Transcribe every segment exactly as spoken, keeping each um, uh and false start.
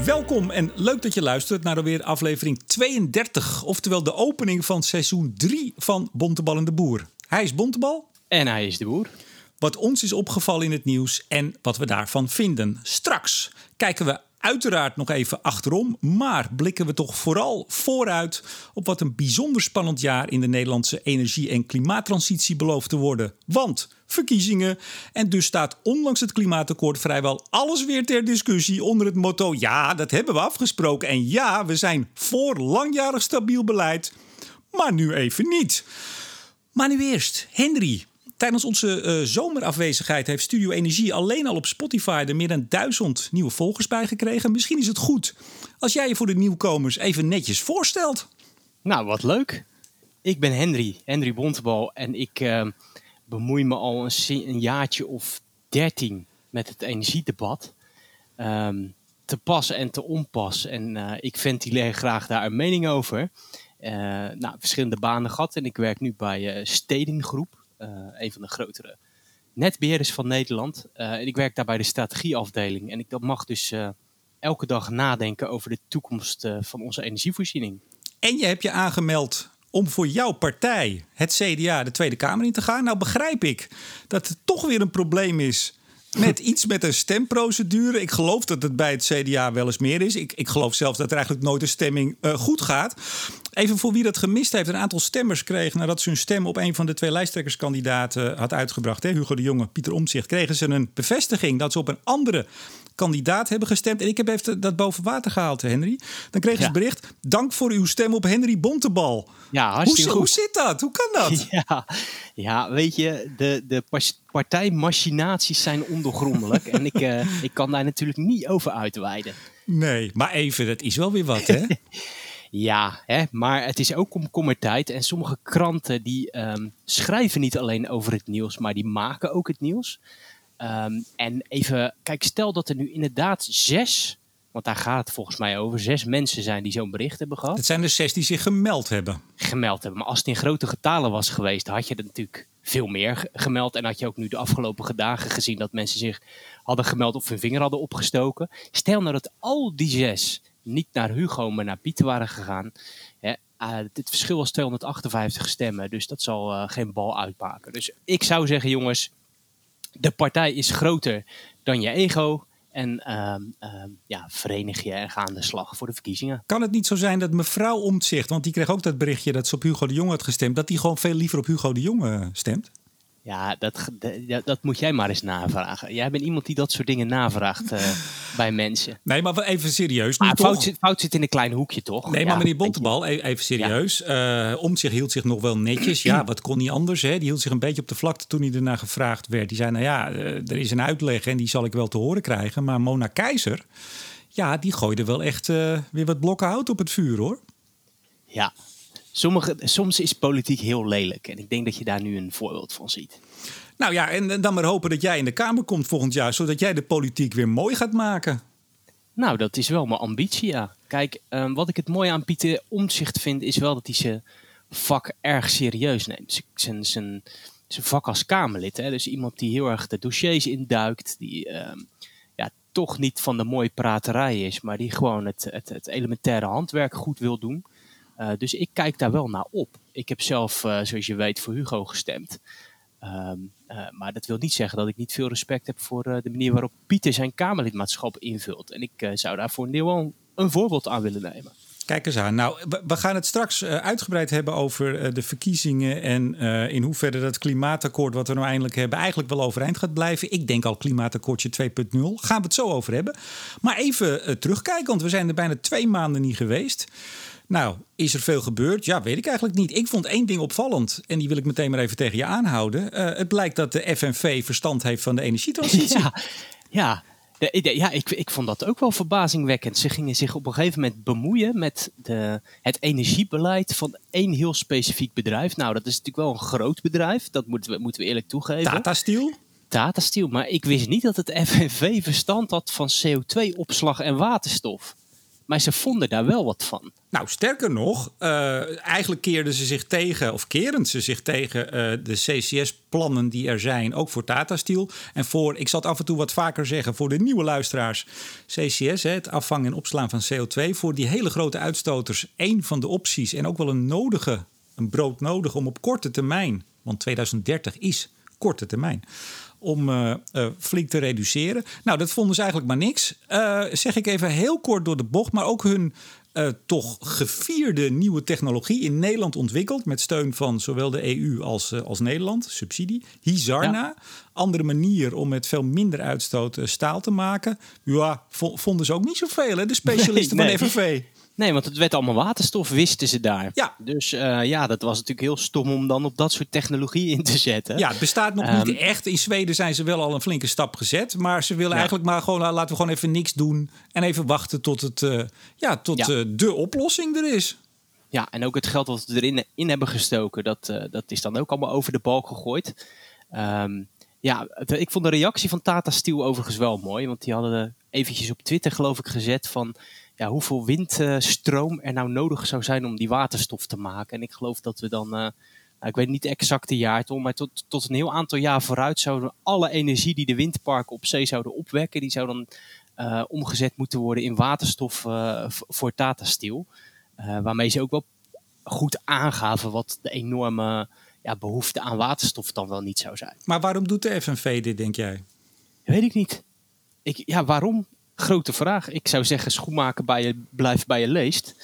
Welkom en leuk dat je luistert naar alweer aflevering tweeëndertig. Oftewel de opening van seizoen drie van Bontebal en de Boer. Hij is Bontebal. En hij is de Boer. Wat ons is opgevallen in het nieuws en wat we daarvan vinden. Straks kijken we uiteraard nog even achterom, maar blikken we toch vooral vooruit op wat een bijzonder spannend jaar in de Nederlandse energie- en klimaattransitie belooft te worden. Want verkiezingen en dus staat ondanks het klimaatakkoord vrijwel alles weer ter discussie onder het motto: ja, dat hebben we afgesproken en ja, we zijn voor langjarig stabiel beleid, maar nu even niet. Maar nu eerst, Henry. Tijdens onze uh, zomerafwezigheid heeft Studio Energie alleen al op Spotify er meer dan duizend nieuwe volgers bij gekregen. Misschien is het goed als jij je voor de nieuwkomers even netjes voorstelt. Nou, wat leuk. Ik ben Henry, Henry Bontebal en ik uh, bemoei me al een, een jaartje of dertien met het energiedebat. Um, te pas en te onpas. En uh, ik ventileer graag daar een mening over. Uh, nou, verschillende banen gehad en ik werk nu bij uh, Stedingroep. Uh, een van de grotere netbeheerders van Nederland. Uh, en ik werk daar bij de strategieafdeling. En ik mag dus uh, elke dag nadenken over de toekomst uh, van onze energievoorziening. En je hebt je aangemeld om voor jouw partij, het C D A, de Tweede Kamer in te gaan. Nou begrijp ik dat het toch weer een probleem is met iets met een stemprocedure. Ik geloof dat het bij het C D A wel eens meer is. Ik, ik geloof zelfs dat er eigenlijk nooit een stemming uh, goed gaat. Even voor wie dat gemist heeft. Een aantal stemmers kregen nadat ze hun stem op een van de twee lijsttrekkerskandidaten had uitgebracht. Hè, Hugo de Jonge, Pieter Omtzigt. Kregen ze een bevestiging dat ze op een andere kandidaat hebben gestemd. En ik heb even dat boven water gehaald, Henry. Dan kregen ze ja. het bericht: dank voor uw stem op Henry Bontebal. Ja, hartstikke hoe, goed. Hoe zit dat? Hoe kan dat? Ja, ja weet je, de, de partijmachinaties zijn ondoorgrondelijk. en ik, uh, ik kan daar natuurlijk niet over uitweiden. Nee, maar even, dat is wel weer wat, hè? Ja, hè, maar het is ook komkommertijd. En sommige kranten die um, schrijven niet alleen over het nieuws, maar die maken ook het nieuws. Um, en even, kijk, stel dat er nu inderdaad zes, want daar gaat het volgens mij over, zes mensen zijn die zo'n bericht hebben gehad. Het zijn er zes die zich gemeld hebben. Gemeld hebben, maar als het in grote getalen was geweest, had je er natuurlijk veel meer gemeld. En had je ook nu de afgelopen dagen gezien dat mensen zich hadden gemeld of hun vinger hadden opgestoken. Stel nou dat al die zes niet naar Hugo, maar naar Pieter waren gegaan. Hè, uh, het verschil was tweehonderdachtenvijftig stemmen, dus dat zal uh, geen bal uitmaken. Dus ik zou zeggen, jongens, de partij is groter dan je ego. En uh, uh, ja, verenig je en ga aan de slag voor de verkiezingen. Kan het niet zo zijn dat mevrouw Omtzigt, want die kreeg ook dat berichtje dat ze op Hugo de Jonge had gestemd, dat die gewoon veel liever op Hugo de Jonge stemt? Ja, dat, dat, dat moet jij maar eens navragen. Jij bent iemand die dat soort dingen navraagt uh, bij mensen. Nee, maar even serieus. Maar fout, zit, fout zit in een klein hoekje, toch? Nee, ja, maar meneer Bontebal, even serieus. Ja. Uh, Omtzigt hield zich nog wel netjes. Ja, wat kon hij anders? Hè? Die hield zich een beetje op de vlakte toen hij ernaar gevraagd werd. Die zei, nou ja, uh, er is een uitleg en die zal ik wel te horen krijgen. Maar Mona Keizer, ja, die gooide wel echt uh, weer wat blokken hout op het vuur, hoor. Ja. Sommige, soms is politiek heel lelijk. En ik denk dat je daar nu een voorbeeld van ziet. Nou ja, en dan maar hopen dat jij in de Kamer komt volgend jaar, zodat jij de politiek weer mooi gaat maken. Nou, dat is wel mijn ambitie, ja. Kijk, um, wat ik het mooie aan Pieter Omtzigt vind, is wel dat hij zijn vak erg serieus neemt. Zijn, zijn, zijn vak als Kamerlid. Hè? Dus iemand die heel erg de dossiers induikt, die um, ja, toch niet van de mooie praterij is, maar die gewoon het, het, het elementaire handwerk goed wil doen. Uh, dus ik kijk daar wel naar op. Ik heb zelf, uh, zoals je weet, voor Hugo gestemd. Um, uh, maar dat wil niet zeggen dat ik niet veel respect heb voor uh, de manier waarop Pieter zijn Kamerlidmaatschap invult. En ik uh, zou daar voor een deel wel een voorbeeld aan willen nemen. Kijk eens aan. Nou, we gaan het straks uh, uitgebreid hebben over uh, de verkiezingen en uh, in hoeverre dat klimaatakkoord wat we nou eindelijk hebben eigenlijk wel overeind gaat blijven. Ik denk al klimaatakkoordje twee punt nul. Gaan we het zo over hebben. Maar even uh, terugkijken, want we zijn er bijna twee maanden niet geweest. Nou, is er veel gebeurd? Ja, weet ik eigenlijk niet. Ik vond één ding opvallend en die wil ik meteen maar even tegen je aanhouden. Uh, het blijkt dat de F N V verstand heeft van de energietransitie. Ja, ja. De, de, ja ik, ik vond dat ook wel verbazingwekkend. Ze gingen zich op een gegeven moment bemoeien met de, het energiebeleid van één heel specifiek bedrijf. Nou, dat is natuurlijk wel een groot bedrijf. Dat moeten we, moeten we eerlijk toegeven. Tata Steel? Tata Steel, maar ik wist niet dat het F N V verstand had van C O twee opslag en waterstof. Maar ze vonden daar wel wat van. Nou, sterker nog, uh, eigenlijk keerden ze zich tegen, of keren ze zich tegen uh, de C C S-plannen die er zijn, ook voor Tata Steel. En voor, ik zal het af en toe wat vaker zeggen, voor de nieuwe luisteraars, C C S, hè, het afvangen en opslaan van C O twee, voor die hele grote uitstoters, één van de opties en ook wel een nodige, een brood nodig om op korte termijn, want tweeduizend dertig is korte termijn, om uh, uh, flink te reduceren. Nou, dat vonden ze eigenlijk maar niks. Uh, zeg ik even heel kort door de bocht, maar ook hun uh, toch gevierde nieuwe technologie in Nederland ontwikkeld, met steun van zowel de E U als, uh, als Nederland, subsidie. Hizarna, ja. Andere manier om met veel minder uitstoot uh, staal te maken. Ja, vo- vonden ze ook niet zoveel, hè, de specialisten nee, nee. van de F N V. Nee, want het werd allemaal waterstof, wisten ze daar. Ja. Dus uh, ja, dat was natuurlijk heel stom om dan op dat soort technologie in te zetten. Ja, het bestaat nog um, niet echt. In Zweden zijn ze wel al een flinke stap gezet. Maar ze willen ja. eigenlijk maar gewoon, laten we gewoon even niks doen. En even wachten tot, het, uh, ja, tot ja. Uh, de oplossing er is. Ja, en ook het geld wat we erin in hebben gestoken, dat, uh, dat is dan ook allemaal over de balk gegooid. Um, ja, de, ik vond de reactie van Tata Steel overigens wel mooi. Want die hadden eventjes op Twitter geloof ik gezet van ja, hoeveel windstroom er nou nodig zou zijn om die waterstof te maken. En ik geloof dat we dan, uh, nou, ik weet niet exact de jaartal, maar tot, tot een heel aantal jaar vooruit zouden alle energie die de windparken op zee zouden opwekken, die zou dan uh, omgezet moeten worden in waterstof uh, v- voor Tata Steel. Uh, waarmee ze ook wel goed aangaven wat de enorme ja, behoefte aan waterstof dan wel niet zou zijn. Maar waarom doet de F N V dit, denk jij? Weet ik niet. Ik, ja, waarom? Grote vraag. Ik zou zeggen, schoenmaker bij je, blijf bij je leest.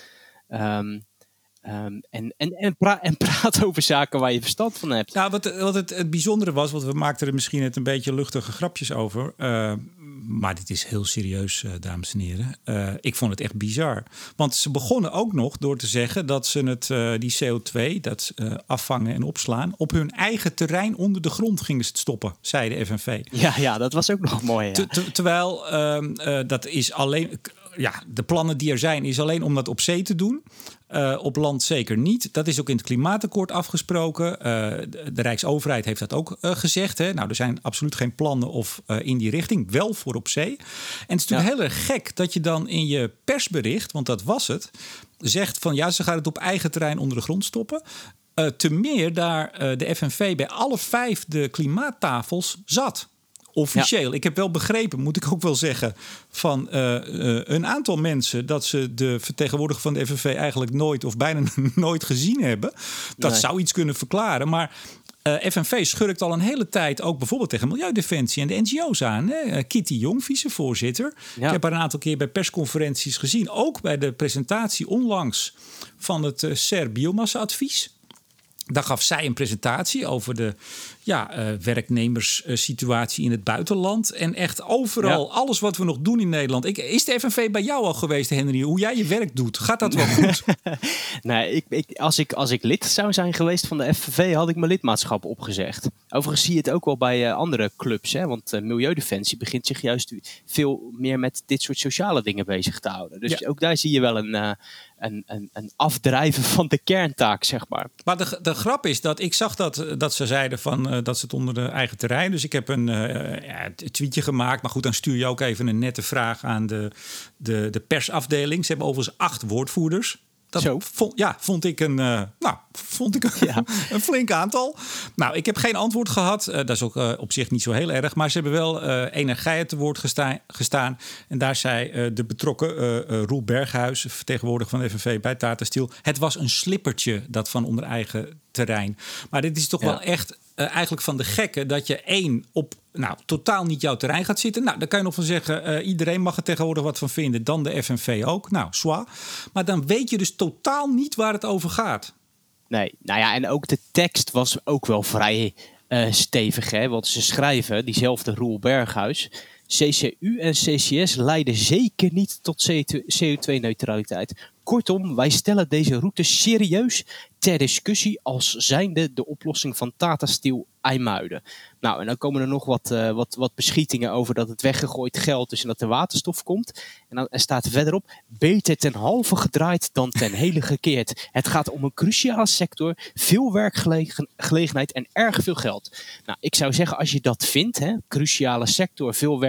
Um, um, en, en, en, pra- en praat over zaken waar je verstand van hebt. Nou, wat, wat het, het bijzondere was, want we maakten er misschien net een beetje luchtige grapjes over. Uh, maar dit is heel serieus, uh, dames en heren. Uh, ik vond het echt bizar. Want ze begonnen ook nog door te zeggen dat ze het, uh, die C O twee, dat uh, afvangen en opslaan, op hun eigen terrein onder de grond gingen ze het stoppen, zei de F N V. Ja, ja, dat was ook nog mooi. Ja. Ter, ter, terwijl uh, uh, dat is alleen. Ja, de plannen die er zijn is alleen om dat op zee te doen. Uh, op land zeker niet. Dat is ook in het klimaatakkoord afgesproken. Uh, de, de Rijksoverheid heeft dat ook uh, gezegd. Hè. Nou, er zijn absoluut geen plannen of uh, in die richting. Wel voor op zee. En het is natuurlijk ja. heel erg gek dat je dan in je persbericht, want dat was het, zegt van ja, ze gaan het op eigen terrein onder de grond stoppen. Uh, te meer daar uh, de F N V bij alle vijf de klimaattafels zat. Officieel. Ja. Ik heb wel begrepen, moet ik ook wel zeggen, van uh, uh, een aantal mensen dat ze de vertegenwoordiger van de F N V eigenlijk nooit of bijna nooit gezien hebben. Dat nee. zou iets kunnen verklaren. Maar uh, F N V schurkt al een hele tijd ook bijvoorbeeld tegen Milieudefensie en de N G O's aan. Hè? Uh, Kitty Jong, vicevoorzitter. Ja. Ik heb haar een aantal keer bij persconferenties gezien. Ook bij de presentatie onlangs van het uh, C E R Biomassa-advies. Daar gaf zij een presentatie over de ja, uh, werknemerssituatie in het buitenland. En echt overal, ja. alles wat we nog doen in Nederland. Ik, is de F N V bij jou al geweest, Henry? Hoe jij je werk doet? Gaat dat wel goed? nee, ik, ik, als, ik, als ik lid zou zijn geweest van de F N V, had ik mijn lidmaatschap opgezegd. Overigens zie je het ook wel bij uh, andere clubs. Hè? Want uh, Milieudefensie begint zich juist veel meer met dit soort sociale dingen bezig te houden. Dus ja. ook daar zie je wel een, uh, een, een, een afdrijven van de kerntaak, zeg maar. Maar de, de grap is dat ik zag dat, dat ze zeiden van, uh, dat ze het onder de eigen terrein. Dus ik heb een uh, ja, tweetje gemaakt. Maar goed, dan stuur je ook even een nette vraag aan de, de, de persafdeling. Ze hebben overigens acht woordvoerders. Dat Zo. Vond, ja, vond ik een, uh, nou, vond ik een, ja. een flink aantal. Nou, ik heb geen antwoord gehad. Uh, dat is ook uh, op zich niet zo heel erg. Maar ze hebben wel uh, Energia te woord gesta- gestaan. En daar zei uh, de betrokken uh, uh, Roel Berghuis, vertegenwoordiger van de F N V bij Tata Steel. Het was een slippertje, dat van onder eigen terrein. Maar dit is toch ja. wel echt uh, eigenlijk van de gekken dat je één op nou, totaal niet jouw terrein gaat zitten. Nou, daar kan je nog van zeggen, uh, iedereen mag er tegenwoordig wat van vinden. Dan de F N V ook. Nou, soit. Maar dan weet je dus totaal niet waar het over gaat. Nee, nou ja, en ook de tekst was ook wel vrij uh, stevig. Hè? Want ze schrijven, diezelfde Roel Berghuis, C C U en C C S leiden zeker niet tot C O twee neutraliteit. Kortom, wij stellen deze route serieus ter discussie als zijnde de oplossing van Tata Steel IJmuiden. Nou, en dan komen er nog wat, uh, wat, wat beschietingen over dat het weggegooid geld is en dat er waterstof komt. En dan er staat verderop, beter ten halve gedraaid dan ten hele gekeerd. Het gaat om een cruciale sector, veel werkgelegenheid en erg veel geld. Nou, ik zou zeggen, als je dat vindt, hè, cruciale sector, veel werkgelegenheid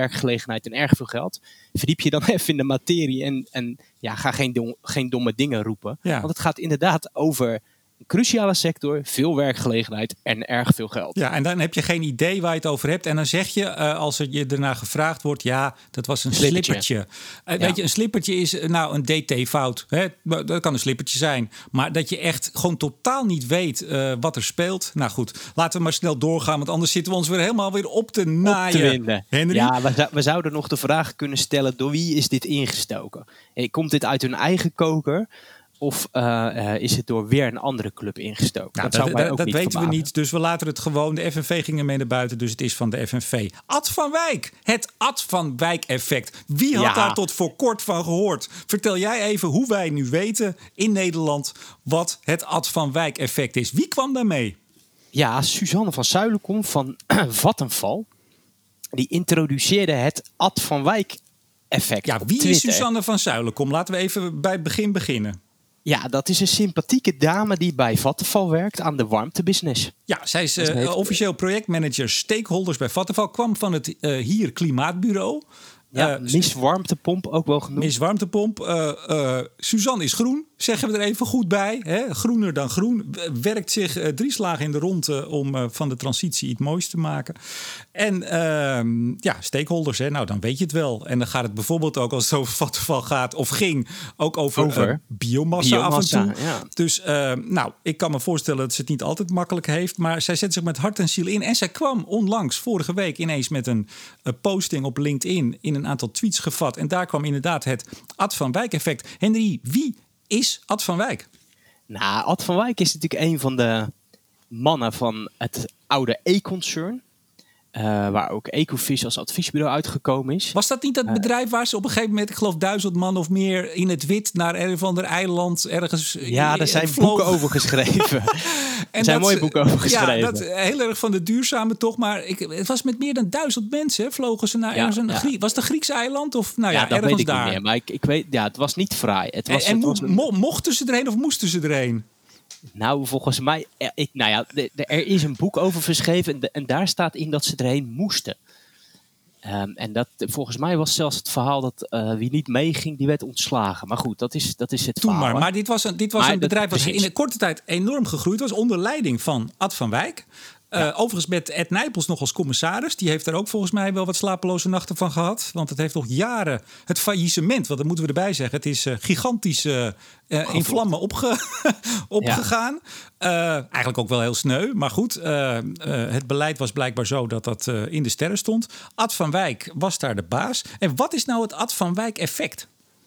werkgelegenheid en erg veel geld. Verdiep je dan even in de materie en, en ja, ga geen, dom, geen domme dingen roepen. Ja. Want het gaat inderdaad over een cruciale sector, veel werkgelegenheid en erg veel geld. Ja, en dan heb je geen idee waar je het over hebt. En dan zeg je, uh, als er je ernaar gevraagd wordt, ja, dat was een slippertje. slippertje. Uh, ja. Weet je, een slippertje is uh, nou een D T-fout. Hè? Dat kan een slippertje zijn. Maar dat je echt gewoon totaal niet weet uh, wat er speelt. Nou goed, laten we maar snel doorgaan. Want anders zitten we ons weer helemaal weer op te naaien. Op te winden. Henry? Ja, we, we zouden nog de vraag kunnen stellen, door wie is dit ingestoken? Hey, komt dit uit hun eigen koker? Of uh, uh, is het door weer een andere club ingestoken? Nou, dat zou dat, mij dat, ook dat niet weten verbazen. we niet, dus we laten het gewoon. De F N V ging ermee naar buiten, dus het is van de F N V. Ad van Wijk, het Ad van Wijk effect. Wie had Ja. daar tot voor kort van gehoord? Vertel jij even hoe wij nu weten in Nederland wat het Ad van Wijk effect is. Wie kwam daarmee? Ja, Suzanne van Zuilenkom van Vattenfall. Die introduceerde het Ad van Wijk effect. Ja, op wie is Twitter. Suzanne van Zuilenkom? Laten we even bij het begin beginnen. Ja, dat is een sympathieke dame die bij Vattenfall werkt aan de warmtebusiness. Ja, zij is Dat uh, heet- officieel projectmanager stakeholders bij Vattenfall. Kwam van het uh, Hier Klimaatbureau. Ja, Uh, Miss Warmtepomp ook wel genoemd. Miss Warmtepomp. Uh, uh, Suzanne is groen, zeggen we er even goed bij. Hè? Groener dan groen. Werkt zich uh, drie slagen in de ronde om uh, van de transitie iets moois te maken. En uh, ja, stakeholders, hè? Nou dan weet je het wel. En dan gaat het bijvoorbeeld ook, als het over Vattenfall gaat of ging, ook over, Over uh, biomassa, biomassa, af en toe. ja. Dus uh, nou, ik kan me voorstellen dat ze het niet altijd makkelijk heeft. Maar zij zet zich met hart en ziel in. En zij kwam onlangs, vorige week, ineens met een uh, posting op LinkedIn in een aantal tweets gevat. En daar kwam inderdaad het Ad van Wijk effect. Henry, wie is Ad van Wijk? Nou, Ad van Wijk is natuurlijk een van de mannen van het oude E-concern. Uh, waar ook Ecofish als adviesbureau uitgekomen is. Was dat niet dat bedrijf waar ze op een gegeven moment, ik geloof duizend man of meer, in het wit naar een of ander eiland ergens Ja, daar zijn vloog. boeken over geschreven. En er zijn dat, mooie boeken over geschreven. Ja, dat heel erg van de duurzame toch. Maar ik, het was met meer dan duizend mensen. Hè, vlogen ze naar Ja, ergens een ja. Grie- was het een Grieks eiland? Of nou ja, ja, dat ergens weet ik daar. niet meer. Maar ik, ik weet, ja, het was niet fraai. Het was, en en het mo- was een- mo- mochten ze erheen of moesten ze erheen? Nou, volgens mij, eh, ik, nou ja, de, de, er is een boek over geschreven en, de, en daar staat in dat ze erheen moesten. Um, en dat, volgens mij was zelfs het verhaal dat uh, wie niet meeging, die werd ontslagen. Maar goed, dat is, dat is het Toen verhaal. maar. hè. Maar dit was een, dit was Maar een dat- bedrijf dat precies. in een korte tijd enorm gegroeid was. Onder leiding van Ad van Wijk. Uh, overigens met Ed Nijpels nog als commissaris. Die heeft er ook volgens mij wel wat slapeloze nachten van gehad. Want het heeft nog jaren het faillissement. Want dat moeten we erbij zeggen. Het is uh, gigantisch uh, uh, in vlammen opge opgegaan. Ja. Uh, eigenlijk ook wel heel sneu. Maar goed, uh, uh, het beleid was blijkbaar zo dat dat uh, in de sterren stond. Ad van Wijk was daar de baas. En wat is nou het Ad van Wijk effect?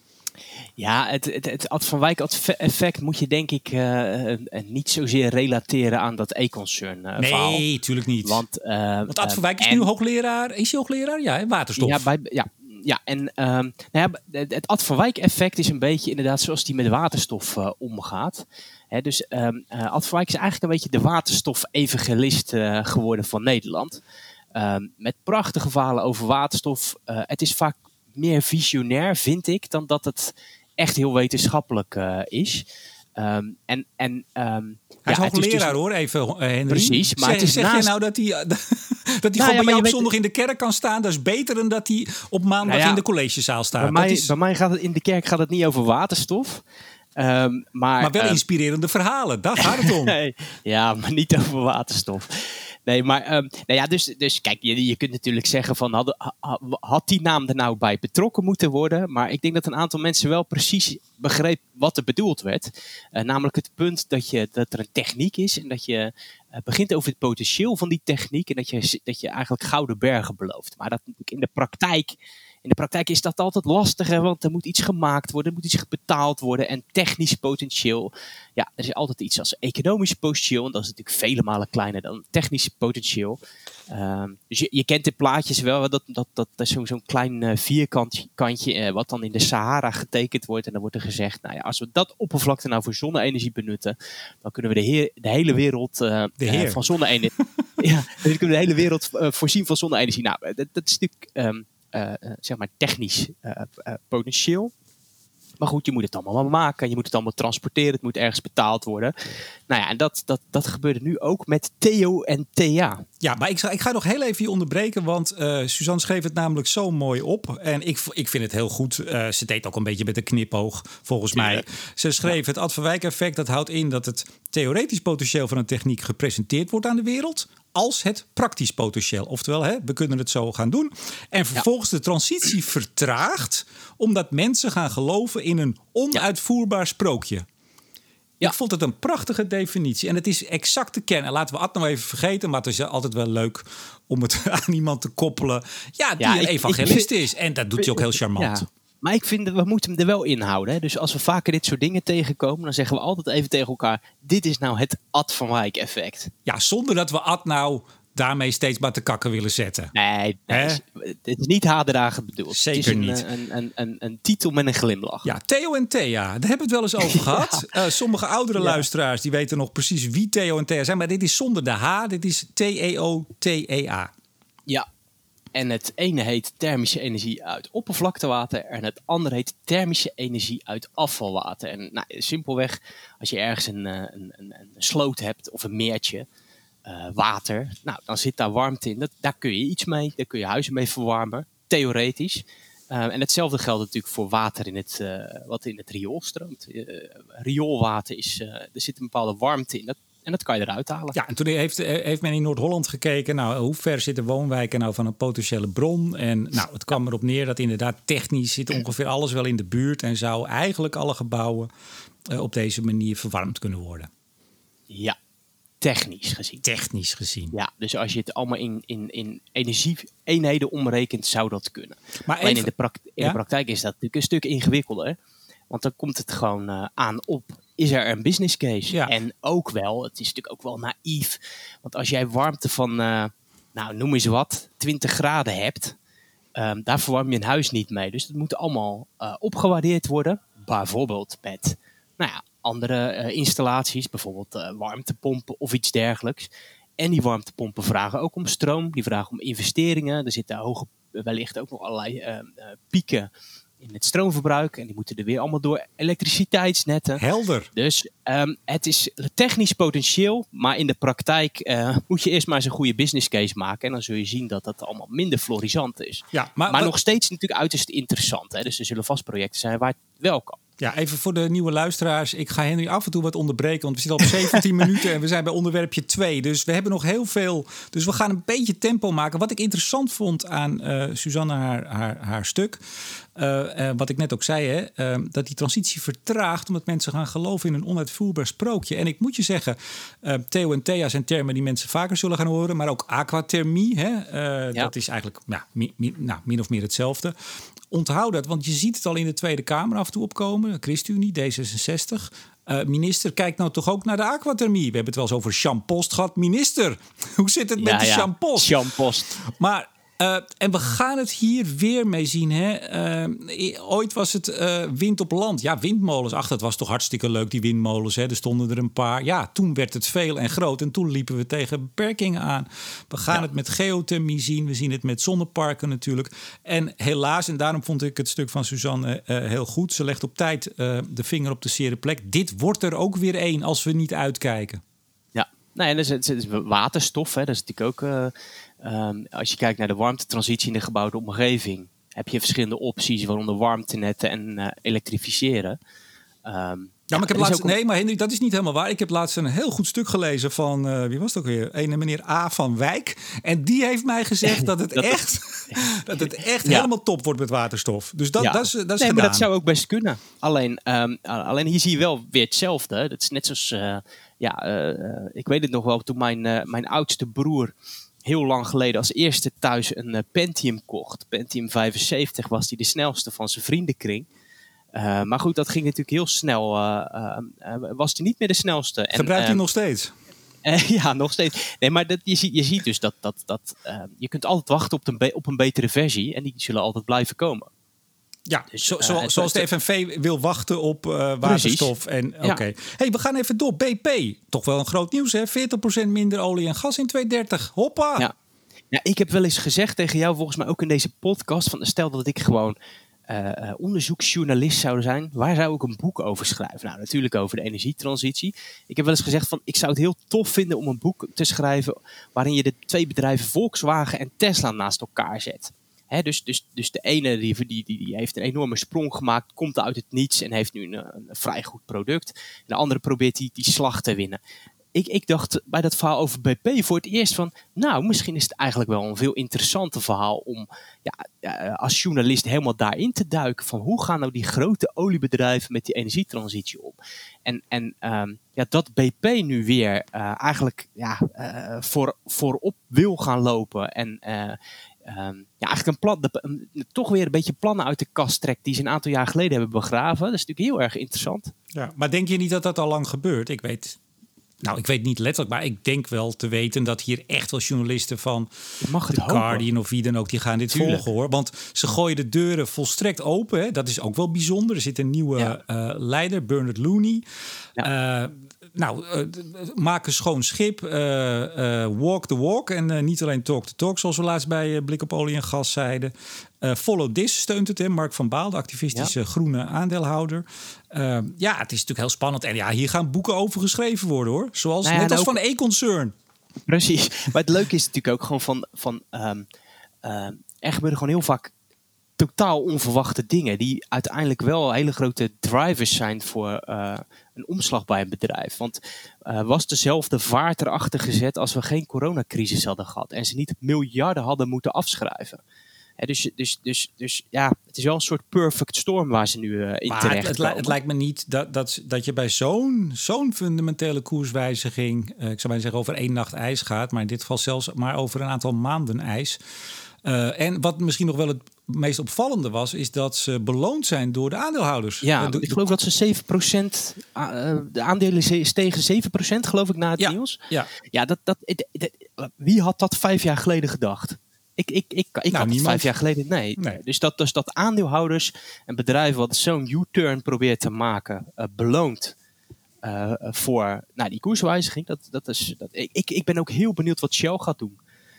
Ja, het, het, het Ad van Wijk effect moet je denk ik uh, uh, niet zozeer relateren aan dat E-concern uh, nee, verhaal. Nee, tuurlijk niet. Want, uh, Want Ad van uh, Wijk is en, nu hoogleraar. Is hij hoogleraar? Ja, hè? Waterstof. Ja, bij, ja, ja en um, nou ja, het, het Ad van Wijk effect is een beetje inderdaad zoals die met waterstof uh, omgaat. He, dus um, uh, Ad van Wijk is eigenlijk een beetje de waterstof-evangelist uh, geworden van Nederland. Um, met prachtige verhalen over waterstof. Uh, het is vaak meer visionair, vind ik, dan dat het echt heel wetenschappelijk uh, is. Um, en, en, um, hij ja, is hoogleraar dus, hoor, even uh, Henry. Precies, maar zeg, het is zeg naast... je nou dat hij, dat hij nou, gewoon ja, bij jou op weet... zondag in de kerk kan staan? Dat is beter dan dat hij op maandag nou ja, in de collegezaal staat. Bij mij, dat is... bij mij gaat het in de kerk gaat het niet over waterstof. Um, maar, maar wel um, inspirerende verhalen, daar gaat het om. nee, ja, maar niet over waterstof. Nee, maar um, nou ja, dus, dus kijk, je, je kunt natuurlijk zeggen van had, had die naam er nou bij betrokken moeten worden? Maar ik denk dat een aantal mensen wel precies begreep wat er bedoeld werd. Uh, namelijk het punt dat, je, dat er een techniek is en dat je uh, begint over het potentieel van die techniek en dat je, dat je eigenlijk gouden bergen belooft. Maar dat in de praktijk... In de praktijk is dat altijd lastiger, want er moet iets gemaakt worden, er moet iets betaald worden. En technisch potentieel, ja, er is altijd iets als economisch potentieel. En dat is natuurlijk vele malen kleiner dan technisch potentieel. Um, dus je, je kent de plaatjes wel, dat, dat, dat, dat is zo'n zo'n klein uh, vierkantje uh, wat dan in de Sahara getekend wordt. En dan wordt er gezegd, nou ja, als we dat oppervlakte nou voor zonne-energie benutten, dan kunnen we de, heer, de hele wereld uh, de heer. uh, van zonne-energie... ja, dan kunnen we de hele wereld uh, voorzien van zonne-energie. Nou, dat, dat is natuurlijk... Um, Uh, uh, zeg maar technisch uh, uh, potentieel. Maar goed, je moet het allemaal maar maken. Je moet het allemaal transporteren. Het moet ergens betaald worden. Nou ja, en dat, dat, dat gebeurde nu ook met Theo en Thea. Ja, maar ik, ga, ik ga nog heel even hier onderbreken, want uh, Suzanne schreef het namelijk zo mooi op. En ik, ik vind het heel goed. Uh, ze deed ook een beetje met een knipoog, volgens ja. mij. Ze schreef: het Ad van Wijk effect, dat houdt in dat het theoretisch potentieel van een techniek gepresenteerd wordt aan de wereld, als het praktisch potentieel. Oftewel, hè, we kunnen het zo gaan doen. En vervolgens ja. de transitie vertraagt, omdat mensen gaan geloven in een onuitvoerbaar sprookje. Ja. Ik vond het een prachtige definitie. En het is exact de kern. En laten we Ad nou even vergeten, maar het is altijd wel leuk om het aan iemand te koppelen. Ja, die ja, een ik, evangelist ik, is. En dat doet hij ook heel charmant. Ja. Maar ik vind, we moeten hem er wel inhouden. Hè? Dus als we vaker dit soort dingen tegenkomen, dan zeggen we altijd even tegen elkaar: dit is nou het Ad van Wijk effect. Ja, zonder dat we Ad nou daarmee steeds maar te kakken willen zetten. Nee, nee het is niet haderdagen bedoeld. Zeker het is niet. Een, een, een, een, een titel met een glimlach. Ja, Theo en Thea, daar hebben we het wel eens over gehad. ja. uh, sommige oudere ja. luisteraars die weten nog precies wie Theo en Thea zijn. Maar dit is zonder de H, dit is T E O T E A. Ja, en het ene heet thermische energie uit oppervlaktewater en het andere heet thermische energie uit afvalwater. En nou, simpelweg, als je ergens een, een, een, een sloot hebt of een meertje, Uh, water, nou, dan zit daar warmte in. Dat, daar kun je iets mee, daar kun je huizen mee verwarmen, theoretisch. Uh, en hetzelfde geldt natuurlijk voor water in het, uh, wat in het riool stroomt. Uh, rioolwater, is, uh, er zit een bepaalde warmte in. Dat, en dat kan je eruit halen. Ja, en toen heeft, heeft men in Noord-Holland gekeken, nou, hoe ver zitten woonwijken nou van een potentiële bron? En nou, het kwam erop neer dat inderdaad technisch zit ongeveer alles wel in de buurt en zou eigenlijk alle gebouwen uh, op deze manier verwarmd kunnen worden. Ja. Technisch gezien. Technisch gezien. Ja, dus als je het allemaal in, in, in energie-eenheden omrekent, zou dat kunnen. Maar Alleen even, in, de, pra- in ja? de praktijk is dat natuurlijk een stuk ingewikkelder. Want dan komt het gewoon uh, aan op, is er een business case? Ja. En ook wel, het is natuurlijk ook wel naïef. Want als jij warmte van, uh, nou noem eens wat, twintig graden hebt, um, daar verwarm je een huis niet mee. Dus dat moet allemaal uh, opgewaardeerd worden. Bijvoorbeeld met, nou ja, andere uh, installaties, bijvoorbeeld uh, warmtepompen of iets dergelijks. En die warmtepompen vragen ook om stroom, die vragen om investeringen. Er zitten hoge, wellicht ook nog allerlei uh, uh, pieken in het stroomverbruik. En die moeten er weer allemaal door elektriciteitsnetten. Helder. Dus um, het is technisch potentieel, maar in de praktijk uh, moet je eerst maar eens een goede business case maken. En dan zul je zien dat dat allemaal minder florisant is. Ja, maar maar wat... nog steeds natuurlijk uiterst interessant. Hè? Dus er zullen vast projecten zijn waar het wel kan. Ja, even voor de nieuwe luisteraars. Ik ga Henry af en toe wat onderbreken, want we zitten al op zeventien minuten en we zijn bij onderwerpje twee. Dus we hebben nog heel veel. Dus we gaan een beetje tempo maken. Wat ik interessant vond aan uh, Suzanne haar, haar, haar stuk, uh, uh, wat ik net ook zei, hè, uh, dat die transitie vertraagt omdat mensen gaan geloven in een onuitvoerbaar sprookje. En ik moet je zeggen, uh, Theo en Thea zijn termen die mensen vaker zullen gaan horen, maar ook aquathermie, hè, uh, ja. dat is eigenlijk ja, mi, mi, nou, min of meer hetzelfde. Onthoud dat, want je ziet het al in de Tweede Kamer af en toe opkomen. ChristenUnie, D zesenzestig. Uh, minister, kijk nou toch ook naar de aquathermie. We hebben het wel eens over Jean Post gehad. Minister, hoe zit het ja, met de ja. Jean Post? Jean Post. Maar, uh, en we gaan het hier weer mee zien. Hè? Uh, ooit was het uh, wind op land. Ja, windmolens. Ach, dat was toch hartstikke leuk, die windmolens. Hè? Er stonden er een paar. Ja, toen werd het veel en groot. En toen liepen we tegen beperkingen aan. We gaan ja. het met geothermie zien. We zien het met zonneparken natuurlijk. En helaas, en daarom vond ik het stuk van Suzanne uh, heel goed. Ze legt op tijd uh, de vinger op de zere plek. Dit wordt er ook weer één als we niet uitkijken. Ja, nee, dat is, dat is waterstof. Hè? Dat is natuurlijk ook... Uh... Um, als je kijkt naar de warmtetransitie in de gebouwde omgeving, heb je verschillende opties, waaronder warmtenetten en uh, elektrificeren. Um, ja, maar ik heb laatst, ook... Nee, maar Henry, dat is niet helemaal waar. Ik heb laatst een heel goed stuk gelezen van, uh, wie was het ook weer? Een meneer A. van Wijk. En die heeft mij gezegd dat het dat echt, dat het echt ja. helemaal top wordt met waterstof. Dus dat, ja. dat is, dat is nee, gedaan. Maar dat zou ook best kunnen. Alleen, um, alleen hier zie je wel weer hetzelfde. Dat is net zoals, uh, ja, uh, ik weet het nog wel, toen mijn, uh, mijn oudste broer heel lang geleden als eerste thuis een uh, Pentium kocht. Pentium vijfenzeventig was die de snelste van zijn vriendenkring. Uh, maar goed, dat ging natuurlijk heel snel. Uh, uh, uh, was hij niet meer de snelste. Gebruikt hij uh, nog steeds? Uh, ja, nog steeds. Nee, maar dat, je, ziet, je ziet dus dat, dat, dat uh, je kunt altijd wachten op een, be- op een betere versie. En die zullen altijd blijven komen. Ja, dus, zo, zo, uh, zoals de F N V wil wachten op uh, waterstof. En oké. Okay. Ja. Hey, we gaan even door. B P, toch wel een groot nieuws, hè? veertig procent minder olie en gas in tweeduizend dertig. Hoppa! Ja. Ja, ik heb wel eens gezegd tegen jou, volgens mij ook in deze podcast, van stel dat ik gewoon uh, onderzoeksjournalist zou zijn, waar zou ik een boek over schrijven? Nou, natuurlijk over de energietransitie. Ik heb wel eens gezegd van, ik zou het heel tof vinden om een boek te schrijven waarin je de twee bedrijven Volkswagen en Tesla naast elkaar zet. He, dus, dus, dus de ene die, die, die, die heeft een enorme sprong gemaakt, komt uit het niets en heeft nu een, een vrij goed product. En de andere probeert die, die slag te winnen. Ik, ik dacht bij dat verhaal over B P voor het eerst van, nou, misschien is het eigenlijk wel een veel interessanter verhaal om ja, als journalist helemaal daarin te duiken van hoe gaan nou die grote oliebedrijven met die energietransitie om. En, en um, ja, dat B P nu weer uh, eigenlijk ja, uh, voor, voorop wil gaan lopen en uh, Um, ja, eigenlijk een plan, de, um, toch weer een beetje plannen uit de kast trekt die ze een aantal jaar geleden hebben begraven. Dat is natuurlijk heel erg interessant. Ja, maar denk je niet dat dat al lang gebeurt? Ik weet, nou, ik weet niet letterlijk, maar ik denk wel te weten dat hier echt wel journalisten van mag het The Guardian of wie dan ook, die gaan dit Tuurlijk. volgen hoor. Want ze gooien de deuren volstrekt open. Hè? Dat is ook wel bijzonder. Er zit een nieuwe ja. uh, leider, Bernard Looney. Ja. Uh, Nou, uh, maak een schoon schip, uh, uh, walk the walk en uh, niet alleen talk the talk, zoals we laatst bij uh, Blik op Olie en Gas zeiden. Uh, follow this steunt het, hè? Mark van Baal, de activistische ja. groene aandeelhouder. Uh, ja, het is natuurlijk heel spannend. En ja, hier gaan boeken over geschreven worden, hoor. Zoals nou ja, net als ook van E-Concern. Precies. Maar het leuke is natuurlijk ook gewoon van, van um, uh, er gebeuren gewoon heel vaak totaal onverwachte dingen die uiteindelijk wel hele grote drivers zijn voor uh, een omslag bij een bedrijf. Want uh, was dezelfde vaart erachter gezet als we geen coronacrisis hadden gehad en ze niet miljarden hadden moeten afschrijven. He, dus, dus, dus, dus ja, het is wel een soort perfect storm waar ze nu uh, in terecht komen. Het, het, het lijkt me niet dat, dat, dat je bij zo'n, zo'n fundamentele koerswijziging, uh, ik zou maar zeggen over één nacht ijs gaat, maar in dit geval zelfs maar over een aantal maanden ijs. Uh, en wat misschien nog wel het meest opvallende was, is dat ze beloond zijn door de aandeelhouders. Ja, uh, de, ik geloof dat ze zeven procent, uh, de aandelen stegen zeven procent geloof ik na het ja, nieuws. Ja, ja dat, dat, dat, dat, wie had dat vijf jaar geleden gedacht? Ik, ik, ik, ik nou, had het vijf jaar geleden, nee. nee. Dus, dat, dus dat aandeelhouders en bedrijven wat zo'n U-turn probeert te maken, uh, beloont uh, voor nou, die koerswijziging. Dat, dat is, dat, ik, ik, ik ben ook heel benieuwd wat Shell gaat doen.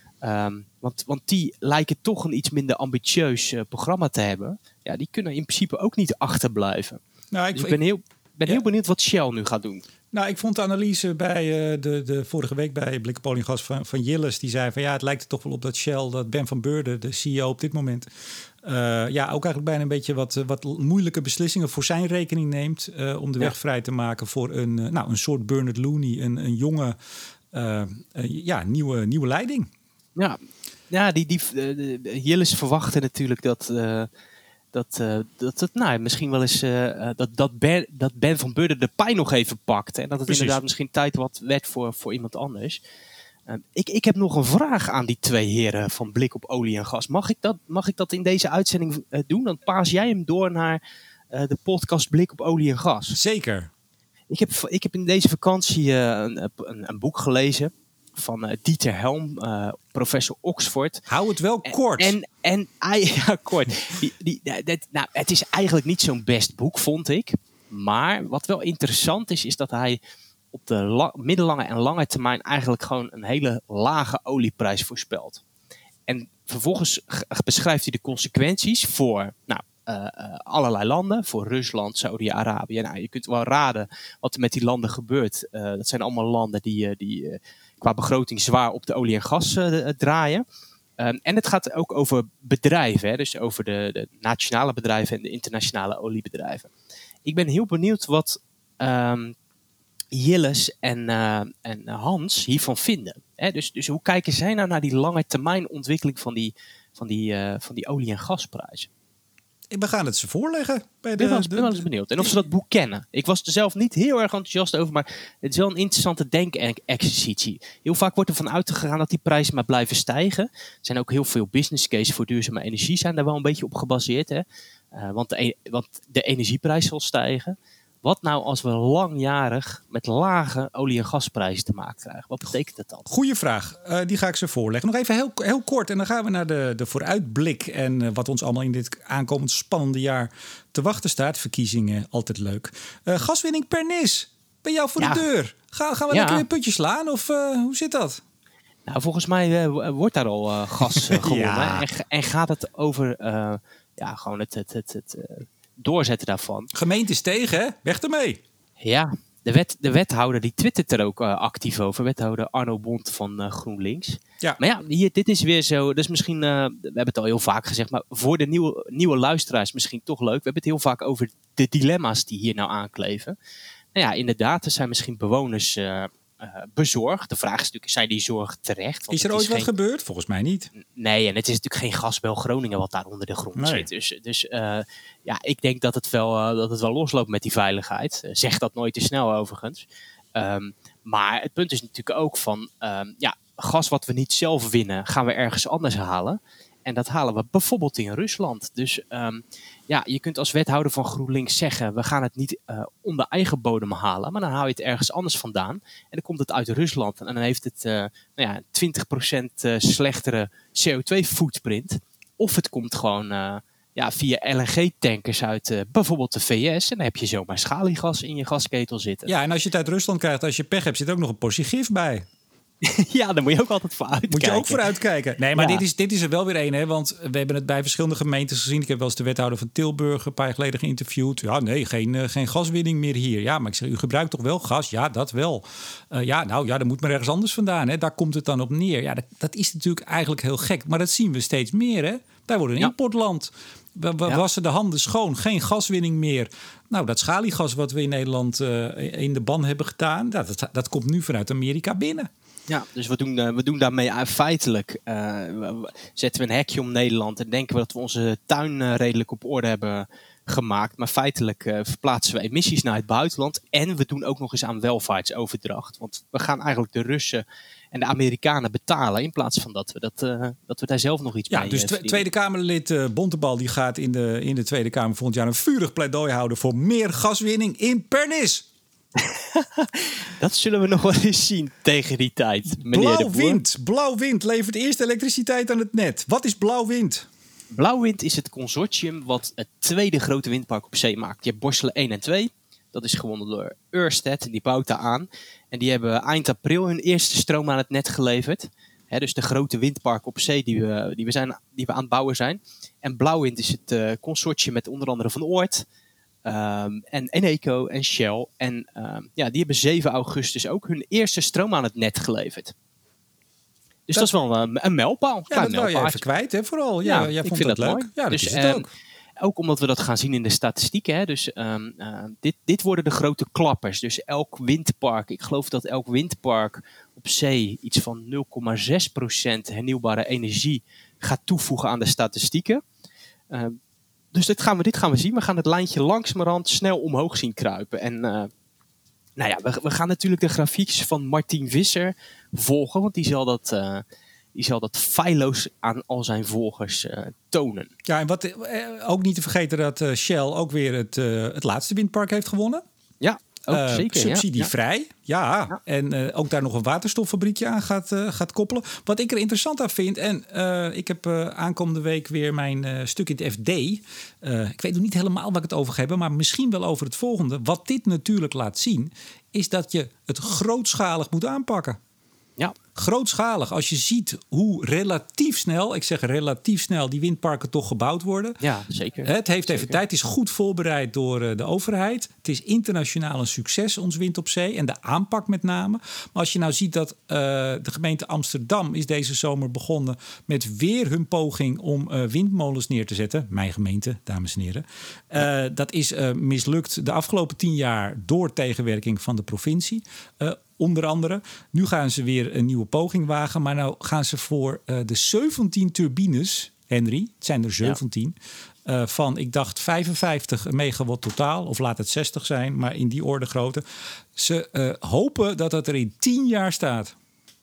Um, want, want die lijken toch een iets minder ambitieus uh, programma te hebben. Ja, die kunnen in principe ook niet achterblijven. Nou, ik, dus ik ben, heel, ben ja. heel benieuwd wat Shell nu gaat doen. Nou, ik vond de analyse bij uh, de, de vorige week bij Blik op Olie en Gas van, van Jilles. Die zei van ja, het lijkt er toch wel op dat Shell, dat Ben van Beurden, de C E O op dit moment, Uh, ja, ook eigenlijk bijna een beetje wat, wat moeilijke beslissingen voor zijn rekening neemt. Uh, om de ja. weg vrij te maken voor een, uh, nou, een soort Bernard Looney, een, een jonge, uh, uh, ja, nieuwe, nieuwe leiding. Ja, ja die, die, uh, Jilles verwachten natuurlijk dat, uh, dat, uh, dat het nou, misschien wel eens uh, dat, dat, ben, dat Ben van Beurden de pijn nog even pakt. En dat het Precies. inderdaad misschien tijd wat werd voor, voor iemand anders. Uh, ik, ik heb nog een vraag aan die twee heren van Blik op Olie en Gas. Mag ik dat, mag ik dat in deze uitzending uh, doen? Dan paas jij hem door naar uh, de podcast Blik op Olie en Gas. Zeker. Ik heb, ik heb in deze vakantie uh, een, een, een boek gelezen van uh, Dieter Helm, uh, professor Oxford. Hou het wel kort. En, en, en ja, kort. Die, die, dat, nou, het is eigenlijk niet zo'n best boek, vond ik. Maar wat wel interessant is, is dat hij op de la- middellange en lange termijn eigenlijk gewoon een hele lage olieprijs voorspelt. En vervolgens g- beschrijft hij de consequenties voor nou, uh, uh, allerlei landen. Voor Rusland, Saudi-Arabië. Nou, je kunt wel raden wat er met die landen gebeurt. Uh, dat zijn allemaal landen die, uh, die uh, qua begroting zwaar op de olie en gas uh, draaien. Um, en het gaat ook over bedrijven. Hè? Dus over de, de nationale bedrijven en de internationale oliebedrijven. Ik ben heel benieuwd wat Um, Jilles en, uh, en Hans hiervan vinden. Hè? Dus, dus hoe kijken zij nou naar die lange termijn ontwikkeling van die, van die, uh, van die olie- en gasprijzen? We gaan het ze voorleggen. Bij de, ik ben wel, eens, ben wel eens benieuwd. En of ze dat boek kennen. Ik was er zelf niet heel erg enthousiast over, maar het is wel een interessante denk-exercitie. Heel vaak wordt er van uitgegaan dat die prijzen maar blijven stijgen. Er zijn ook heel veel business cases voor duurzame energie zijn daar wel een beetje op gebaseerd. Hè? Uh, want, de, want de energieprijs zal stijgen. Wat nou als we langjarig met lage olie- en gasprijzen te maken krijgen? Wat betekent dat dan? Goeie vraag. Uh, die ga ik ze voorleggen. Nog even heel, heel kort en dan gaan we naar de, de vooruitblik. En uh, wat ons allemaal in dit aankomend spannende jaar te wachten staat. Verkiezingen, altijd leuk. Uh, gaswinning Pernis, bij jou voor ja. de deur. Ga, gaan we ja. lekker weer putjes slaan of uh, hoe zit dat? Nou, volgens mij uh, wordt daar al uh, gas uh, gewonnen. ja. en, en gaat het over Uh, ja, gewoon het, het, het, het uh, doorzetten daarvan. Gemeentes tegen, hè? Weg ermee! Ja, de, wet, de wethouder die twittert er ook uh, actief over. Wethouder Arno Bont van uh, GroenLinks. Ja. Maar ja, hier, dit is weer zo. Dus misschien, uh, we hebben het al heel vaak gezegd, maar voor de nieuwe, nieuwe luisteraars misschien toch leuk. We hebben het heel vaak over de dilemma's die hier nou aankleven. Nou ja, inderdaad, er zijn misschien bewoners uh, uh, bezorgd. De vraag is natuurlijk, zijn die zorg terecht? Want is er ooit is wat geen... gebeurd? Volgens mij niet. Nee, en het is natuurlijk geen Gasbel Groningen wat daar onder de grond nee. zit. Dus, dus uh, ja, ik denk dat het, wel, uh, dat het wel losloopt met die veiligheid. Uh, zeg dat nooit te snel overigens. Um, maar het punt is natuurlijk ook van, um, ja, gas wat we niet zelf winnen, gaan we ergens anders halen. En dat halen we bijvoorbeeld in Rusland. Dus um, ja, je kunt als wethouder van GroenLinks zeggen, we gaan het niet uh, onder eigen bodem halen, maar dan haal je het ergens anders vandaan. En dan komt het uit Rusland en dan heeft het uh, nou ja, twintig procent uh, slechtere C O twee footprint. Of het komt gewoon uh, ja, via L N G-tankers uit uh, bijvoorbeeld de V S. En dan heb je zomaar schaliegas in je gasketel zitten. Ja, en als je het uit Rusland krijgt, als je pech hebt, zit er ook nog een portie gif bij. Ja, daar moet je ook altijd voor uitkijken. Moet je ook voor uitkijken. Nee, maar ja. dit, is, dit is er wel weer één, hè? Want we hebben het bij verschillende gemeentes gezien. Ik heb wel eens de wethouder van Tilburg een paar jaar geleden geïnterviewd. Ja, nee, geen, uh, geen gaswinning meer hier. Ja, maar ik zeg, u gebruikt toch wel gas? Ja, dat wel. Uh, ja, nou ja, dat moet maar ergens anders vandaan. Hè? Daar komt het dan op neer. Ja, dat, dat is natuurlijk eigenlijk heel gek. Maar dat zien we steeds meer, hè? Wij worden een ja. importland. We, we ja. wassen de handen schoon. Geen gaswinning meer. Nou, dat schaliegas wat we in Nederland uh, in de ban hebben gedaan, dat, dat, dat komt nu vanuit Amerika binnen. Ja, dus we doen, uh, we doen daarmee uh, feitelijk, uh, we, zetten we een hekje om Nederland en denken we dat we onze tuin uh, redelijk op orde hebben gemaakt. Maar feitelijk uh, verplaatsen we emissies naar het buitenland en we doen ook nog eens aan welvaartsoverdracht. Want we gaan eigenlijk de Russen en de Amerikanen betalen in plaats van dat we, dat, uh, dat we daar zelf nog iets ja, mee dus verdienen. Dus Tweede Kamerlid uh, Bontebal die gaat in de, in de Tweede Kamer volgend jaar een vurig pleidooi houden voor meer gaswinning in Pernis. Dat zullen we nog wel eens zien tegen die tijd. Blauw wind. Blauw wind levert eerst elektriciteit aan het net. Wat is Blauw wind? Blauw wind is het consortium wat het tweede grote windpark op zee maakt. Je hebt Borssele één en twee. Dat is gewonnen door Ørsted. Die bouwt daar aan. En die hebben eind april hun eerste stroom aan het net geleverd. He, dus de grote windpark op zee die we, die, we zijn, die we aan het bouwen zijn. En Blauw wind is het uh, consortium met onder andere Van Oort. Um, en Eneco en Shell. En um, ja, die hebben zeven augustus ook hun eerste stroom aan het net geleverd. Dus dat, dat is wel een, een mijlpaal. Ja, dat wil je even kwijt, hè, vooral. Ja, ja, jij vond ik vind dat, dat leuk. Mooi. Ja, dat dus, is het um, ook. Ook omdat we dat gaan zien in de statistieken. Hè. Dus um, uh, dit, dit worden de grote klappers. Dus elk windpark, ik geloof dat elk windpark op zee iets van nul komma zes procent hernieuwbare energie gaat toevoegen aan de statistieken. Uh, Dus dit gaan, we, dit gaan we zien. We gaan het lijntje langzamerhand snel omhoog zien kruipen. En uh, nou ja, we, we gaan natuurlijk de grafiekjes van Martien Visser volgen. Want die zal dat, uh, die zal dat feilloos aan al zijn volgers uh, tonen. Ja, en wat, eh, ook niet te vergeten dat uh, Shell ook weer het, uh, het laatste windpark heeft gewonnen. Ja, ook uh, zeker. Subsidievrij, ja. ja. ja. En uh, ook daar nog een waterstoffabriekje aan gaat, uh, gaat koppelen. Wat ik er interessant aan vind, en uh, ik heb uh, aankomende week weer mijn uh, stuk in het F D. Uh, ik weet nog niet helemaal waar ik het over ga hebben, maar misschien wel over het volgende. Wat dit natuurlijk laat zien, is dat je het grootschalig moet aanpakken. Ja. Grootschalig, als je ziet hoe relatief snel, ik zeg relatief snel, die windparken toch gebouwd worden. Ja, zeker. Het heeft zeker. even tijd, het is goed voorbereid door de overheid. Het is internationaal een succes, ons wind op zee. En de aanpak met name. Maar als je nou ziet dat uh, de gemeente Amsterdam is deze zomer begonnen met weer hun poging om uh, windmolens neer te zetten. Mijn gemeente, dames en heren. Uh, dat is uh, mislukt de afgelopen tien jaar door tegenwerking van de provincie. Uh, Onder andere. Nu gaan ze weer een nieuwe poging wagen. Maar nou gaan ze voor uh, de zeventien turbines, Henry, het zijn er zeventien... Ja. Uh, van, ik dacht, vijfenvijftig megawatt totaal. Of laat het zestig zijn, maar in die orde grootte. Ze uh, hopen dat dat er in tien jaar staat.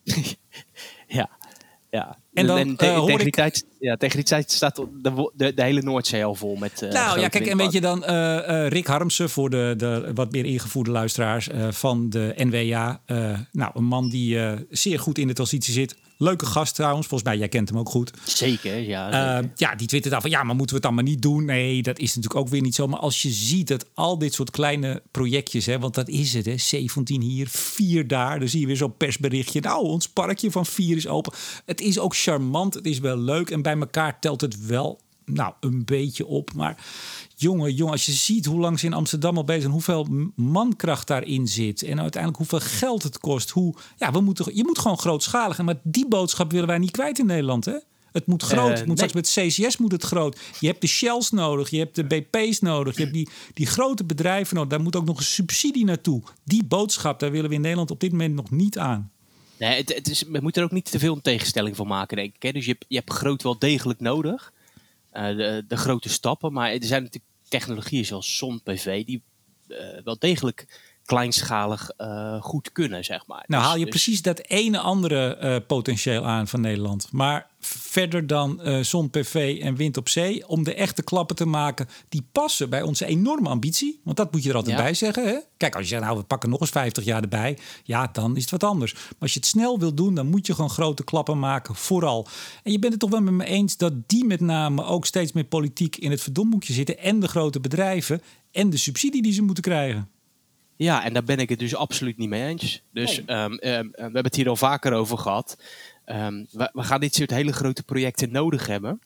Ja, ja. En dan, en te- uh, tegen, die ik... tijd, ja, tegen die tijd staat de, de, de hele Noordzee al vol met. Uh, nou ja, kijk, en weet je dan, uh, uh, Rick Harmsen voor de, de wat meer ingevoerde luisteraars uh, van de N W A. Uh, nou, een man die uh, zeer goed in de transitie zit. Leuke gast trouwens, volgens mij, jij kent hem ook goed. Zeker, ja. Zeker. Uh, ja, die twittert dan van, ja, maar moeten we het dan maar niet doen? Nee, dat is natuurlijk ook weer niet zo. Maar als je ziet dat al dit soort kleine projectjes, hè, want dat is het, hè, zeventien hier, vier daar. Dan zie je weer zo'n persberichtje. Nou, ons parkje van vier is open. Het is ook charmant, het is wel leuk. En bij elkaar telt het wel nou, een beetje op. Maar jongen, jongen, als je ziet hoe lang ze in Amsterdam al bezig zijn, hoeveel mankracht daarin zit en uiteindelijk hoeveel geld het kost. Hoe, ja, we moeten, je moet gewoon grootschalig. Maar die boodschap willen wij niet kwijt in Nederland, hè? Het moet groot. Uh, het moet nee. Straks met C C S moet het groot. Je hebt de Shells nodig. Je hebt de B P's nodig. Je hebt die, die grote bedrijven nodig. Daar moet ook nog een subsidie naartoe. Die boodschap, daar willen we in Nederland op dit moment nog niet aan. Nee, het, het is, we moeten er ook niet te veel een tegenstelling van maken, denk ik. Hè? Dus je hebt, je hebt groot wel degelijk nodig. Uh, de, de grote stappen. Maar er zijn natuurlijk technologieën zoals zon-P V die uh, wel degelijk kleinschalig uh, goed kunnen, zeg maar. Nou dus, haal je dus... precies dat ene andere uh, potentieel aan van Nederland. Maar verder dan uh, zon-P V en wind op zee, om de echte klappen te maken die passen bij onze enorme ambitie. Want dat moet je er altijd ja. bij zeggen. Hè? Kijk, als je zegt, nou, we pakken nog eens vijftig jaar erbij. Ja, dan is het wat anders. Maar als je het snel wil doen, dan moet je gewoon grote klappen maken, vooral. En je bent het toch wel met me eens dat die met name ook steeds meer politiek in het verdomboekje zitten. En de grote bedrijven en de subsidie die ze moeten krijgen. Ja, en daar ben ik het dus absoluut niet mee eens. Dus nee. um, um, we hebben het hier al vaker over gehad. Um, we, we gaan dit soort hele grote projecten nodig hebben.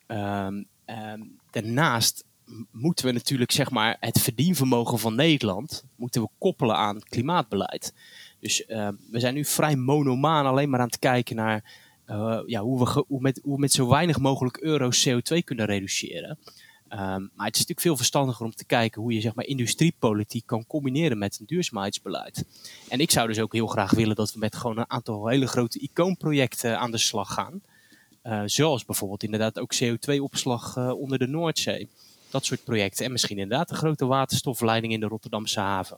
Um, um, daarnaast moeten we natuurlijk, zeg maar, het verdienvermogen van Nederland moeten we koppelen aan klimaatbeleid. Dus um, we zijn nu vrij monomaan alleen maar aan het kijken naar uh, ja, hoe, we, hoe, met, hoe we met zo weinig mogelijk euro's C O twee kunnen reduceren. Um, maar het is natuurlijk veel verstandiger om te kijken hoe je, zeg maar, industriepolitiek kan combineren met een duurzaamheidsbeleid. En ik zou dus ook heel graag willen dat we met gewoon een aantal hele grote icoonprojecten aan de slag gaan. Uh, zoals bijvoorbeeld inderdaad ook C O twee opslag uh, onder de Noordzee. Dat soort projecten. En misschien inderdaad een grote waterstofleiding in de Rotterdamse haven.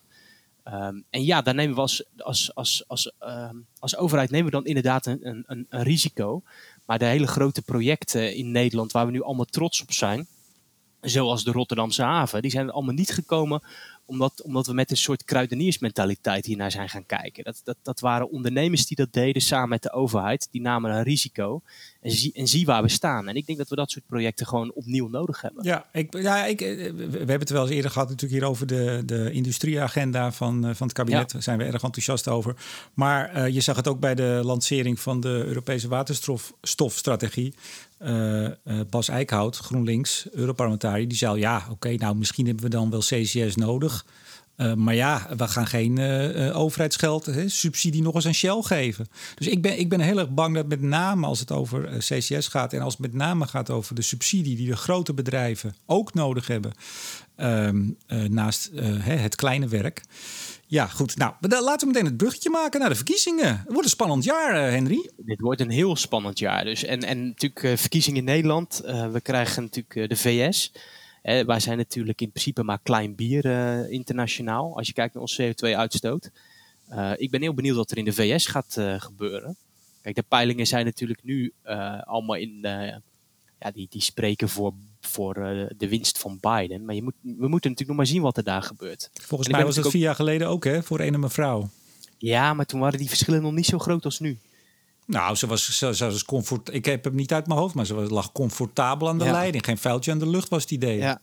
Um, en ja, daar nemen we als, als, als, als, um, als overheid nemen we dan inderdaad een, een, een risico. Maar de hele grote projecten in Nederland waar we nu allemaal trots op zijn, zoals de Rotterdamse haven, die zijn er allemaal niet gekomen omdat, omdat we met een soort kruideniersmentaliteit hiernaar zijn gaan kijken. Dat, dat, dat waren ondernemers die dat deden samen met de overheid. Die namen een risico en zie, en zie waar we staan. En ik denk dat we dat soort projecten gewoon opnieuw nodig hebben. Ja, ik, ja ik, we hebben het wel eens eerder gehad natuurlijk hier over de, de industrieagenda van, van het kabinet. Ja. Daar zijn we erg enthousiast over. Maar uh, je zag het ook bij de lancering van de Europese waterstofstrategie. Uh, uh, Bas Eickhout, GroenLinks, Europarlementariër, die zei ja, oké, okay, nou misschien hebben we dan wel C C S nodig. Uh, maar ja, we gaan geen uh, uh, overheidsgeld, hè, subsidie nog eens aan Shell geven. Dus ik ben, ik ben heel erg bang dat met name als het over uh, C C S gaat en als het met name gaat over de subsidie die de grote bedrijven ook nodig hebben, um, uh, naast uh, hè, het kleine werk. Ja, goed. Nou, laten we meteen het bruggetje maken naar de verkiezingen. Het wordt een spannend jaar, uh, Henry. Dit wordt een heel spannend jaar. Dus. En, en natuurlijk uh, verkiezingen in Nederland. Uh, we krijgen natuurlijk uh, de V S. Uh, wij zijn natuurlijk in principe maar klein bier uh, internationaal. Als je kijkt naar onze C O twee uitstoot. Uh, ik ben heel benieuwd wat er in de V S gaat uh, gebeuren. Kijk, de peilingen zijn natuurlijk nu uh, allemaal in... Uh, ja, die, die spreken voor... voor uh, de winst van Biden. Maar je moet, we moeten natuurlijk nog maar zien wat er daar gebeurt. Volgens mij was het vier ook... jaar geleden ook, hè? Voor een mevrouw. Ja, maar toen waren die verschillen nog niet zo groot als nu. Nou, ze was, ze, ze was comfort. Ik heb hem niet uit mijn hoofd, maar ze was, lag comfortabel aan de ja. leiding. Geen vuiltje aan de lucht was het idee. Ja,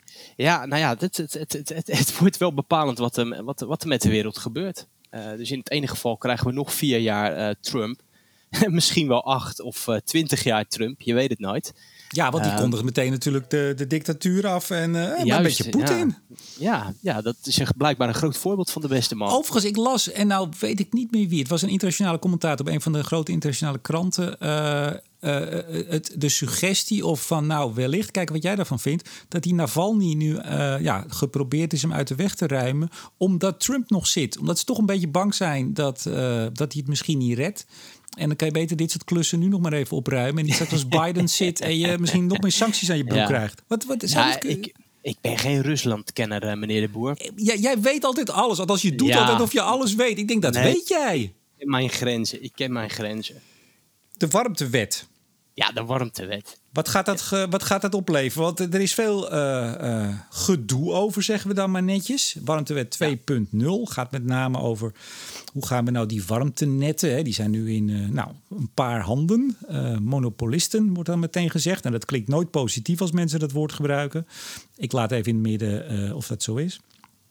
ja nou ja, het, het, het, het, het, het wordt wel bepalend wat er, wat, wat er met de wereld gebeurt. Uh, dus in het ene geval krijgen we nog vier jaar uh, Trump. Misschien wel acht of uh, twintig jaar Trump. Je weet het nooit. Ja, want die uh, kondigt meteen natuurlijk de, de dictatuur af en uh, juist, een beetje Poetin. Ja, ja, ja, dat is blijkbaar een groot voorbeeld van de beste man. Overigens, ik las, en nou weet ik niet meer wie. Het was een internationale commentator op een van de grote internationale kranten. Uh, uh, het, de suggestie of van nou wellicht, kijk wat jij daarvan vindt, dat die Navalny nu uh, ja, geprobeerd is hem uit de weg te ruimen, omdat Trump nog zit. Omdat ze toch een beetje bang zijn dat, uh, dat hij het misschien niet redt. En dan kan je beter dit soort klussen nu nog maar even opruimen. En niet straks als Biden zit en je misschien nog meer sancties aan je broek ja. krijgt. Wat, wat, ja, het... ik, ik ben geen Rusland-kenner, meneer de Boer. Ja, jij weet altijd alles. Althans, je doet ja. altijd of je alles weet. Ik denk, dat nee, weet jij. Ik ken mijn grenzen. Ik ken mijn grenzen. De warmtewet. Ja, de warmtewet. Wat gaat dat, ge, wat gaat dat opleveren? Want er is veel uh, uh, gedoe over, zeggen we dan maar netjes. Warmtewet twee punt nul ja. gaat met name over hoe gaan we nou die warmtenetten. Hè, die zijn nu in uh, nou, een paar handen. Uh, monopolisten wordt dan meteen gezegd. En dat klinkt nooit positief als mensen dat woord gebruiken. Ik laat even in het midden uh, of dat zo is.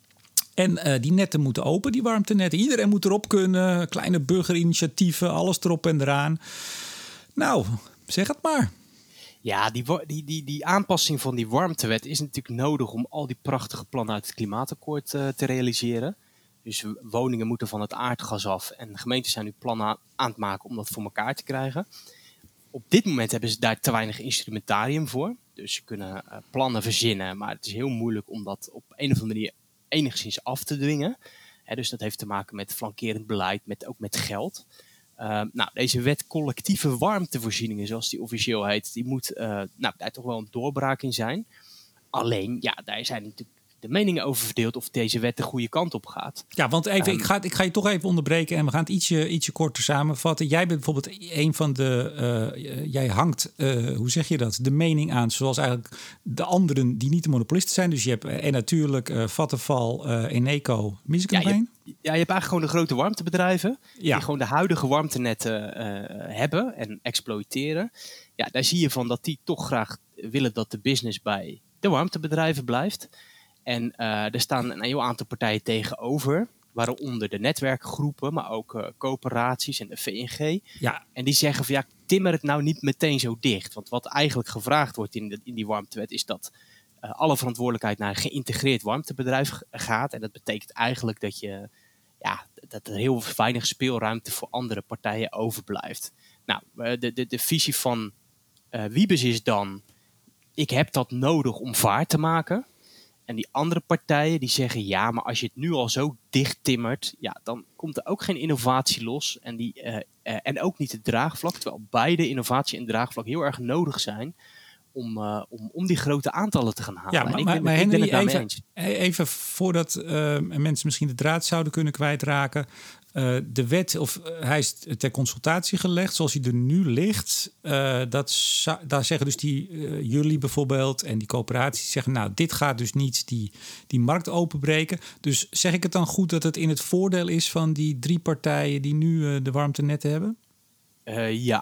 En uh, die netten moeten open, die warmtenetten. Iedereen moet erop kunnen. Kleine burgerinitiatieven, alles erop en eraan. Nou, zeg het maar. Ja, die, die, die, die aanpassing van die warmtewet is natuurlijk nodig om al die prachtige plannen uit het klimaatakkoord uh, te realiseren. Dus woningen moeten van het aardgas af en de gemeenten zijn nu plannen aan, aan het maken om dat voor elkaar te krijgen. Op dit moment hebben ze daar te weinig instrumentarium voor. Dus ze kunnen uh, plannen verzinnen, maar het is heel moeilijk om dat op een of andere manier enigszins af te dwingen. He, dus dat heeft te maken met flankerend beleid, met, ook met geld. Uh, nou, deze wet collectieve warmtevoorzieningen, zoals die officieel heet, die moet uh, nou, daar toch wel een doorbraak in zijn. Alleen, ja, daar zijn natuurlijk de meningen over verdeeld of deze wet de goede kant op gaat. Ja, want even, Um, ik, ga, ik ga je toch even onderbreken en we gaan het ietsje, ietsje korter samenvatten. Jij bent bijvoorbeeld een van de, uh, jij hangt, uh, hoe zeg je dat, de mening aan zoals eigenlijk de anderen die niet de monopolisten zijn. Dus je hebt uh, en natuurlijk uh, Vattenfall, uh, Eneco, mis ik er ja, nog één? Je, ja, je hebt eigenlijk gewoon de grote warmtebedrijven Ja. die gewoon de huidige warmtenetten uh, hebben en exploiteren. Ja, daar zie je van dat die toch graag willen dat de business bij de warmtebedrijven blijft. En uh, er staan een heel aantal partijen tegenover, waaronder de netwerkgroepen, maar ook uh, coöperaties en de V N G. Ja. En die zeggen van ja, timmer het nou niet meteen zo dicht. Want wat eigenlijk gevraagd wordt in, de, in die warmtewet is dat uh, alle verantwoordelijkheid naar een geïntegreerd warmtebedrijf g- gaat. En dat betekent eigenlijk dat, je, ja, dat er heel weinig speelruimte voor andere partijen overblijft. Nou, uh, de, de, de visie van uh, Wiebes is dan, ik heb dat nodig om vaart te maken. En die andere partijen die zeggen ja, maar als je het nu al zo dicht timmert, ja, dan komt er ook geen innovatie los. En, die, uh, uh, en ook niet het draagvlak, terwijl beide innovatie en draagvlak heel erg nodig zijn om, uh, om, om die grote aantallen te gaan halen. Ja, maar, en ik maar, ben, maar ik Henry, ben het daarmee even, eens. even voordat uh, mensen misschien de draad zouden kunnen kwijtraken. Uh, de wet, of uh, hij is ter consultatie gelegd zoals hij er nu ligt. Uh, dat za- daar zeggen dus die uh, jullie bijvoorbeeld en die coöperaties zeggen, nou, dit gaat dus niet die, die markt openbreken. Dus zeg ik het dan goed dat het in het voordeel is van die drie partijen die nu uh, de warmtenetten hebben? Uh, ja.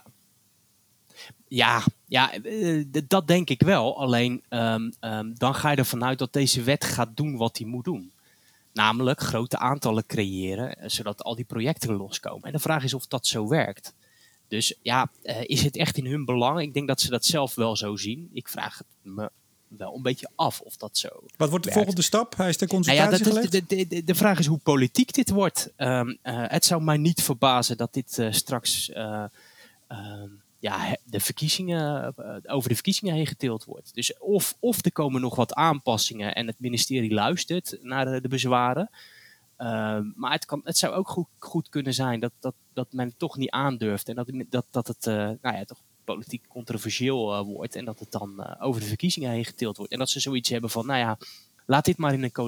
Ja, ja uh, d- dat denk ik wel. Alleen um, um, dan ga je ervan uit dat deze wet gaat doen wat hij moet doen. Namelijk grote aantallen creëren, zodat al die projecten loskomen. En de vraag is of dat zo werkt. Dus ja, uh, is het echt in hun belang? Ik denk dat ze dat zelf wel zo zien. Ik vraag het me wel een beetje af of dat zo Wat wordt de werkt. volgende stap? Hij is ter consultatie nou ja, dat gelegd? is, de, de, de vraag is hoe politiek dit wordt. Um, uh, het zou mij niet verbazen dat dit uh, straks uh, uh, ja, de verkiezingen, uh, over de verkiezingen heen getild wordt. Dus of, of er komen nog wat aanpassingen en het ministerie luistert naar de, de bezwaren. Uh, maar het, kan, het zou ook goed, goed kunnen zijn dat, dat, dat men het toch niet aandurft. En dat, dat, dat het uh, nou ja, toch politiek controversieel uh, wordt. En dat het dan uh, over de verkiezingen heen getild wordt. En dat ze zoiets hebben van, nou ja, laat dit maar in een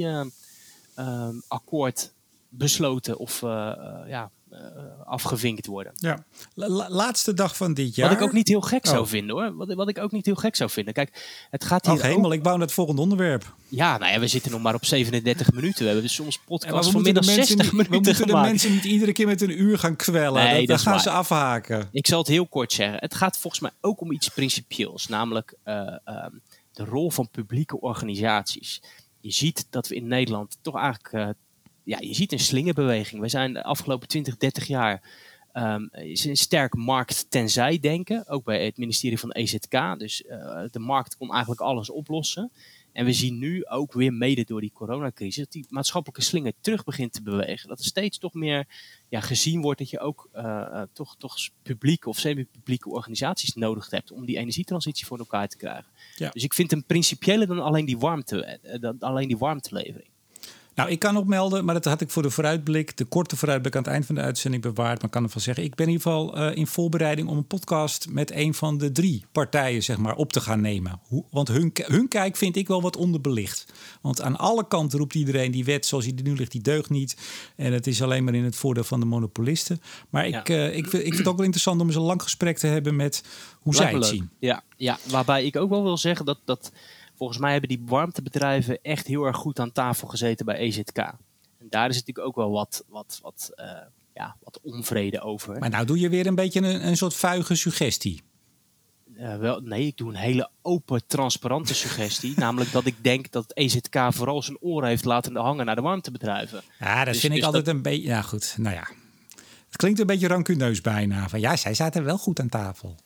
coalitieakkoord uh, uh, besloten of uh, uh, ja, uh, afgevinkt worden. Ja. La- laatste dag van dit jaar. Wat ik ook niet heel gek oh. zou vinden hoor. Wat, wat ik ook niet heel gek zou vinden. Kijk, het gaat hier Ach, hemel, ook... ik wou naar het volgende onderwerp. Ja, nou ja, we zitten nog maar op zevenendertig minuten. We hebben dus soms podcasts Ja, van meer dan mensen zestig niet, minuten we moeten gemaakt. de mensen niet iedere keer met een uur gaan kwellen. Nee, dat, dat dan is gaan waar. ze afhaken. Ik zal het heel kort zeggen. Het gaat volgens mij ook om iets principieels. Namelijk uh, uh, de rol van publieke organisaties. Je ziet dat we in Nederland toch eigenlijk... Uh, ja, je ziet een slingerbeweging. We zijn de afgelopen twintig, dertig jaar... Um, is een sterk markt-tenzij denken. Ook bij het ministerie van E Z K. Dus uh, de markt kon eigenlijk alles oplossen. En we zien nu ook weer mede door die coronacrisis... dat die maatschappelijke slinger terug begint te bewegen. Dat er steeds toch meer ja, gezien wordt... dat je ook uh, uh, toch, toch publieke of semi-publieke organisaties nodig hebt... om die energietransitie voor elkaar te krijgen. Ja. Dus ik vind hem principiëler dan alleen die, warmte, uh, dan alleen die warmtelevering. Nou, ik kan opmelden, maar dat had ik voor de vooruitblik, de korte vooruitblik aan het eind van de uitzending bewaard. Maar ik kan ervan zeggen, ik ben in ieder geval uh, in voorbereiding om een podcast met een van de drie partijen, zeg maar, op te gaan nemen. Hoe, want hun, hun kijk vind ik wel wat onderbelicht. Want aan alle kanten roept iedereen die wet zoals die er nu ligt, die deugt niet. En het is alleen maar in het voordeel van de monopolisten. Maar ik, ja. uh, ik, ik vind het ook wel interessant om eens een lang gesprek te hebben met hoe zij het zien. Ja, ja, waarbij ik ook wel wil zeggen dat... dat volgens mij hebben die warmtebedrijven echt heel erg goed aan tafel gezeten bij E Z K. En daar is natuurlijk ook wel wat, wat, wat, uh, ja, wat onvrede over. Maar nou doe je weer een beetje een, een soort vuige suggestie. Uh, wel, nee, ik doe een hele open, transparante suggestie. Namelijk dat ik denk dat E Z K vooral zijn oren heeft laten hangen naar de warmtebedrijven. Ja, dat dus, vind ik dus altijd dat... een beetje... Ja, goed. Nou ja. Het klinkt een beetje rancuneus bijna. Van ja, zij zaten wel goed aan tafel.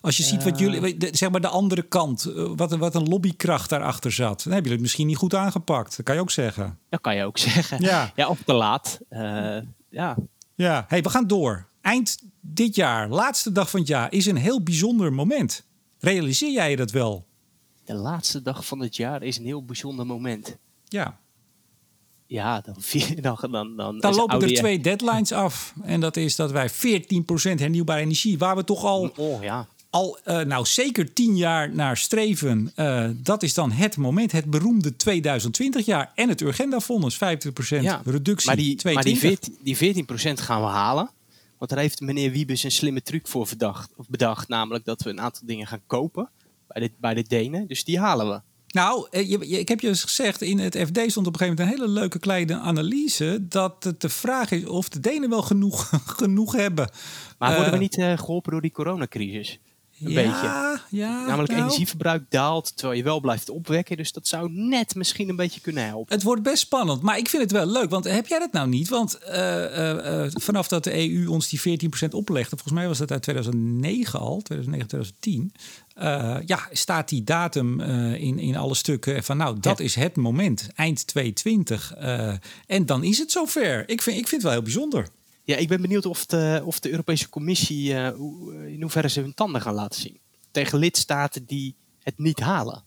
Als je ziet wat jullie, de, zeg maar de andere kant, uh, wat, wat een lobbykracht daarachter zat. Dan hebben jullie het misschien niet goed aangepakt. Dat kan je ook zeggen. Dat kan je ook zeggen. Ja, ja of te laat. Uh, ja. Ja, hey, we gaan door. Eind dit jaar, laatste dag van het jaar, is een heel bijzonder moment. Realiseer jij je dat wel? De laatste dag van het jaar is een heel bijzonder moment. Ja. Ja, dan, dan, dan, dan, dan lopen er twee deadlines af. En dat is dat wij veertien procent hernieuwbare energie, waar we toch al, oh, ja. al uh, nou zeker tien jaar naar streven. Uh, dat is dan het moment, het beroemde tweeduizend twintig jaar. En het Urgenda-fonds, vijftig procent ja. reductie. Maar, die, maar die, veertien, die veertien procent gaan we halen. Want daar heeft meneer Wiebes een slimme truc voor verdacht, of bedacht. Namelijk dat we een aantal dingen gaan kopen bij de, bij de Denen. Dus die halen we. Nou, je, je, ik heb je eens gezegd, in het F D stond op een gegeven moment een hele leuke kleine analyse. Dat het de vraag is of de Denen wel genoeg, genoeg hebben. Maar worden uh, we niet uh, geholpen door die coronacrisis? Een ja, beetje. Ja, Namelijk nou, energieverbruik daalt, terwijl je wel blijft opwekken. Dus dat zou net misschien een beetje kunnen helpen. Het wordt best spannend, maar ik vind het wel leuk. Want heb jij dat nou niet? Want uh, uh, uh, vanaf dat de E U ons die veertien procent oplegde, volgens mij was dat uit tweeduizend negen al, tweeduizend negen, tweeduizend tien. Uh, ja, staat die datum uh, in, in alle stukken van nou, dat ja. is het moment. Eind tweeduizend twintig. Uh, en dan is het zover. Ik vind, ik vind het wel heel bijzonder. Ja, ik ben benieuwd of de, of de Europese Commissie uh, in hoeverre ze hun tanden gaan laten zien. Tegen lidstaten die het niet halen.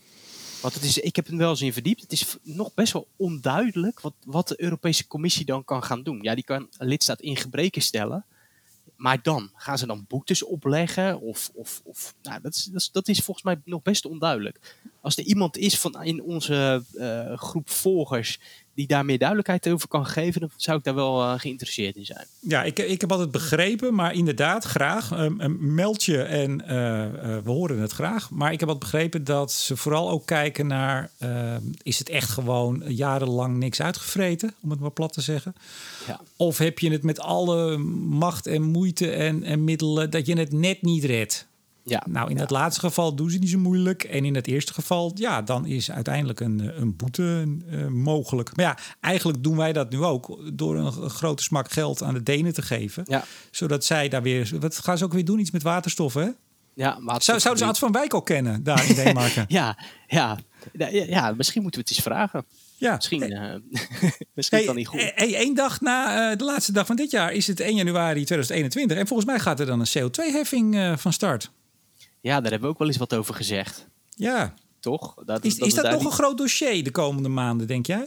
Want het is, ik heb hem wel eens in verdiept. Het is nog best wel onduidelijk wat, wat de Europese Commissie dan kan gaan doen. Ja, die kan een lidstaat in gebreken stellen. Maar dan? Gaan ze dan boetes opleggen? Of, of, of, nou, dat, is, dat, is, dat is volgens mij nog best onduidelijk. Als er iemand is van in onze uh, groep volgers die daar meer duidelijkheid over kan geven, dan zou ik daar wel uh, geïnteresseerd in zijn. Ja, ik, ik heb altijd begrepen, maar inderdaad, graag. Um, meld je en uh, uh, we horen het graag. Maar ik heb altijd begrepen dat ze vooral ook kijken naar, uh, is het echt gewoon jarenlang niks uitgevreten, om het maar plat te zeggen. Ja. Of heb je het met alle macht en moeite en, en middelen dat je het net niet redt? Ja, nou, in ja. het laatste geval doen ze niet zo moeilijk. En in het eerste geval, ja, dan is uiteindelijk een, een boete uh, mogelijk. Maar ja, eigenlijk doen wij dat nu ook door een, een grote smak geld aan de Denen te geven. Ja. Zodat zij daar weer... Wat gaan ze ook weer doen? Iets met waterstof, hè? Ja, waterstof. Zou, zouden ze Ad van Wijk al kennen, daar in Denemarken? ja, ja, ja, ja, misschien moeten we het eens vragen. Ja. Misschien, uh, misschien hey, kan niet goed. Hey, één dag na uh, de laatste dag van dit jaar is het één januari tweeduizend eenentwintig. En volgens mij gaat er dan een C O twee heffing uh, van start. Ja, daar hebben we ook wel eens wat over gezegd. Ja. Toch? Dat, is dat is dat nog niet... een groot dossier de komende maanden, denk jij?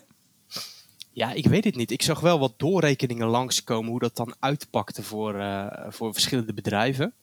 Ja, ik weet het niet. Ik zag wel wat doorrekeningen langskomen hoe dat dan uitpakte voor, uh, voor verschillende bedrijven.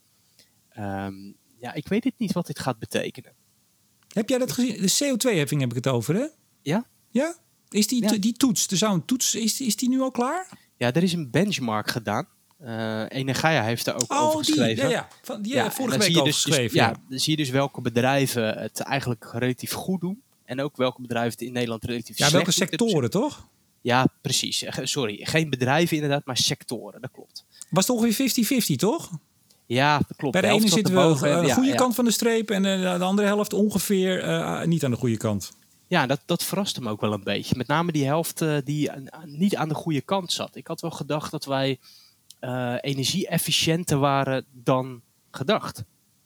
Um, ja, ik weet het niet wat dit gaat betekenen. Heb jij dat gezien? De C O twee heffing heb ik het over, hè? Ja. Ja? Is die, ja. die toets, er zou een toets, is die, is die nu al klaar? Ja, er is een benchmark gedaan. Uh, Energia heeft daar ook oh, over geschreven. Die, ja, ja. Van, die ja, vorige week over dus, geschreven. Dus, ja, ja, dan zie je dus welke bedrijven het eigenlijk relatief goed doen. En ook welke bedrijven het in Nederland relatief ja, slecht doen. Ja, welke sectoren, toch? Ja, precies. Sorry, geen bedrijven inderdaad, maar sectoren. Dat klopt. Was het ongeveer vijftig vijftig, toch? Ja, dat klopt. Bij de, de ene zitten we boven, aan de ja, goede ja. kant van de streep en de, de andere helft ongeveer uh, niet aan de goede kant. Ja, dat, dat verraste me ook wel een beetje. Met name die helft uh, die uh, niet aan de goede kant zat. Ik had wel gedacht dat wij uh, energie-efficiënter waren dan gedacht.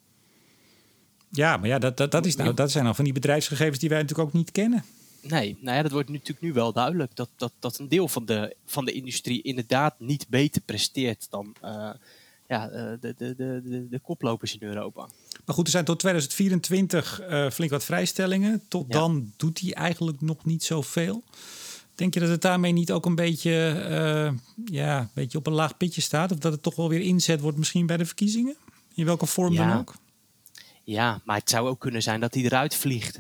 Ja, maar ja, dat, dat, dat, is nou, dat zijn nou van die bedrijfsgegevens die wij natuurlijk ook niet kennen. Nee, nou ja, dat wordt natuurlijk nu wel duidelijk. Dat, dat, dat een deel van de, van de industrie inderdaad niet beter presteert dan uh, ja, de, de, de, de, de koplopers in Europa. Maar goed, er zijn tot tweeduizend vierentwintig uh, flink wat vrijstellingen. Tot ja. dan doet hij eigenlijk nog niet zoveel. Denk je dat het daarmee niet ook een beetje, uh, ja, een beetje op een laag pitje staat? Of dat het toch wel weer inzet wordt misschien bij de verkiezingen? In welke vorm ja. dan ook? Ja, maar het zou ook kunnen zijn dat hij eruit vliegt.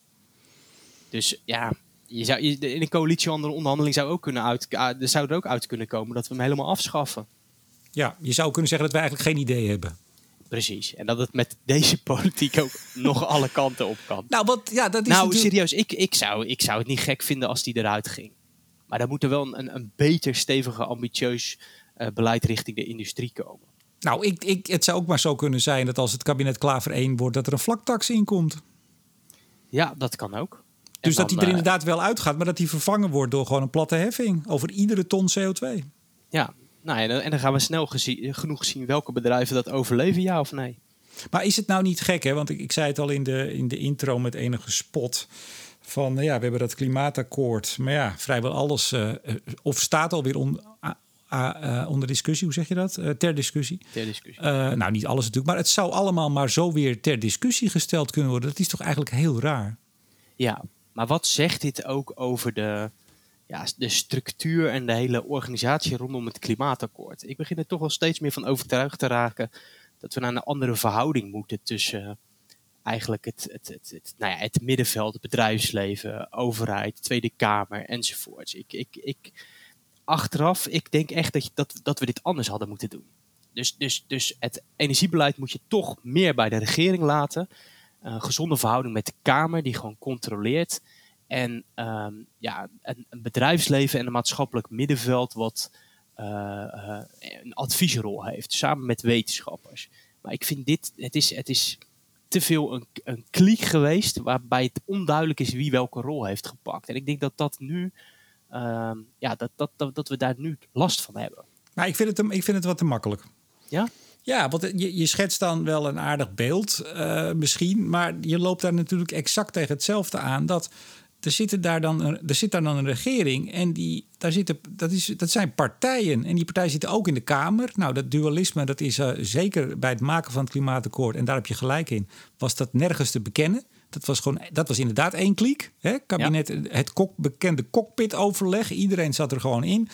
Dus ja, je zou, je, in een coalitieonderhandeling zou, ook kunnen uit, er zou er ook uit kunnen komen dat we hem helemaal afschaffen. Ja, je zou kunnen zeggen dat wij eigenlijk geen idee hebben. Precies. En dat het met deze politiek ook nog alle kanten op kan. Nou, wat, ja, dat is nou natuurlijk... serieus, ik, ik, zou, ik zou het niet gek vinden als die eruit ging. Maar dan moet er wel een, een beter, steviger, ambitieus uh, beleid richting de industrie komen. Nou, ik, ik, het zou ook maar zo kunnen zijn dat als het kabinet Klaver één wordt, dat er een vlaktax in komt. Ja, dat kan ook. Dus dan, dat die er inderdaad wel uitgaat, maar dat die vervangen wordt door gewoon een platte heffing over iedere ton C O twee. Ja, nou ja, en dan gaan we snel gezien, genoeg zien welke bedrijven dat overleven, ja of nee. Maar is het nou niet gek, hè? Want ik, ik zei het al in de, in de intro met enige spot. Van ja, we hebben dat klimaatakkoord. Maar ja, vrijwel alles uh, of staat alweer on, uh, uh, onder discussie. Hoe zeg je dat? Uh, ter discussie. Ter discussie. Uh, nou, niet alles natuurlijk. Maar het zou allemaal maar zo weer ter discussie gesteld kunnen worden. Dat is toch eigenlijk heel raar? Ja, maar wat zegt dit ook over de, ja, de structuur en de hele organisatie rondom het klimaatakkoord? Ik begin er toch wel steeds meer van overtuigd te raken dat we naar een andere verhouding moeten tussen uh, eigenlijk het, het, het, het, nou ja, het middenveld, het bedrijfsleven, overheid, Tweede Kamer enzovoorts. Ik, ik, ik, achteraf, ik denk echt dat, je, dat, dat we dit anders hadden moeten doen. Dus, dus, dus het energiebeleid moet je toch meer bij de regering laten. Een gezonde verhouding met de Kamer die gewoon controleert. En um, ja, een, een bedrijfsleven en een maatschappelijk middenveld wat uh, uh, een adviesrol heeft. Samen met wetenschappers. Maar ik vind dit, het is, het is te veel een, een kliek geweest waarbij het onduidelijk is wie welke rol heeft gepakt. En ik denk dat dat nu, uh, ja, dat, dat, dat, dat we daar nu last van hebben. Maar ik vind het, ik vind het wat te makkelijk. Ja? Ja, want je, je schetst dan wel een aardig beeld uh, misschien. Maar je loopt daar natuurlijk exact tegen hetzelfde aan. Dat er, zitten daar dan een, er zit daar dan een regering en die, daar zitten, dat, is, dat zijn partijen. En die partijen zitten ook in de Kamer. Nou, dat dualisme, dat is uh, zeker bij het maken van het klimaatakkoord, en daar heb je gelijk in, was dat nergens te bekennen. Dat was, gewoon, dat was inderdaad één kliek. Hè? Kabinet, ja. Het kok, bekende cockpitoverleg. Iedereen zat er gewoon in.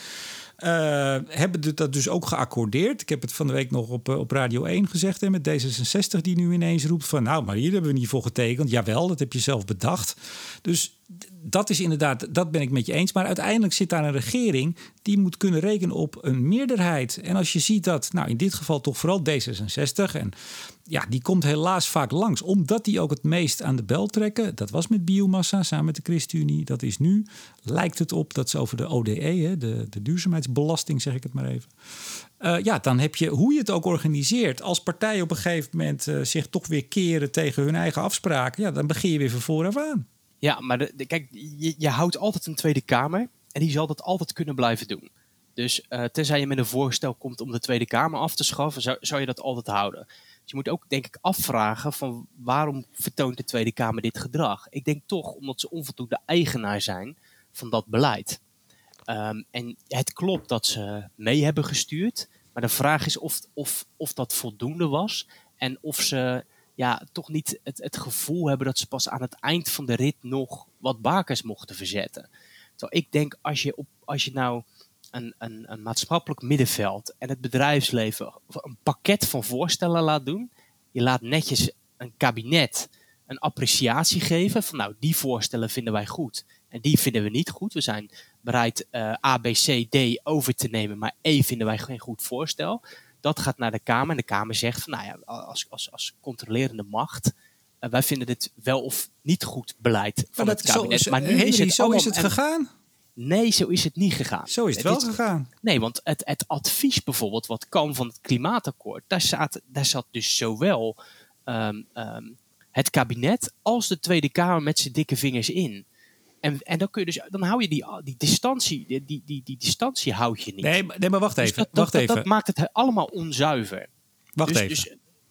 Uh, hebben dat dus ook geaccordeerd. Ik heb het van de week nog op, op Radio één gezegd. Hè, met D zesenzestig die nu ineens roept van, nou, maar hier hebben we niet voor getekend. Jawel, dat heb je zelf bedacht. Dus dat is inderdaad, dat ben ik met je eens. Maar uiteindelijk zit daar een regering die moet kunnen rekenen op een meerderheid. En als je ziet dat, nou in dit geval toch vooral D zesenzestig... en ja, die komt helaas vaak langs, omdat die ook het meest aan de bel trekken. Dat was met biomassa samen met de ChristenUnie. Dat is nu, lijkt het op, dat ze over de O D E, hè, de, de duurzaamheidsbelasting, zeg ik het maar even. Uh, ja, dan heb je, hoe je het ook organiseert, als partijen op een gegeven moment uh, zich toch weer keren tegen hun eigen afspraken, ja, dan begin je weer van vooraf aan. Ja, maar de, de, kijk, je, je houdt altijd een Tweede Kamer en die zal dat altijd kunnen blijven doen. Dus uh, tenzij je met een voorstel komt om de Tweede Kamer af te schaffen, zou, zou je dat altijd houden. Dus je moet ook, denk ik, afvragen van waarom vertoont de Tweede Kamer dit gedrag? Ik denk toch omdat ze onvoldoende eigenaar zijn van dat beleid. Um, en het klopt dat ze mee hebben gestuurd, maar de vraag is of, of, of dat voldoende was en of ze ja, toch niet het, het gevoel hebben dat ze pas aan het eind van de rit nog wat bakens mochten verzetten. Terwijl ik denk, als je, op, als je nou een, een, een maatschappelijk middenveld en het bedrijfsleven een pakket van voorstellen laat doen, je laat netjes een kabinet een appreciatie geven van nou, die voorstellen vinden wij goed en die vinden we niet goed. We zijn bereid uh, A, B, C, D over te nemen, maar E vinden wij geen goed voorstel. Dat gaat naar de Kamer en de Kamer zegt van nou ja, als, als, als controlerende macht, uh, wij vinden dit wel of niet goed beleid van maar het kabinet. Zo, maar nu Henry, is het zo allemaal, is het en, gegaan? Nee, zo is het niet gegaan. Zo is het, het wel is, gegaan. Nee, want het, het advies bijvoorbeeld wat kwam van het klimaatakkoord, daar zat, daar zat dus zowel um, um, het kabinet als de Tweede Kamer met zijn dikke vingers in. En, en dan kun je dus, dan hou je die, die distantie, die, die, die, die distantie houd je niet. Nee, nee maar wacht even. Dus dat, wacht dat, even. dat maakt het allemaal onzuiver. Wacht dus, even. Dus,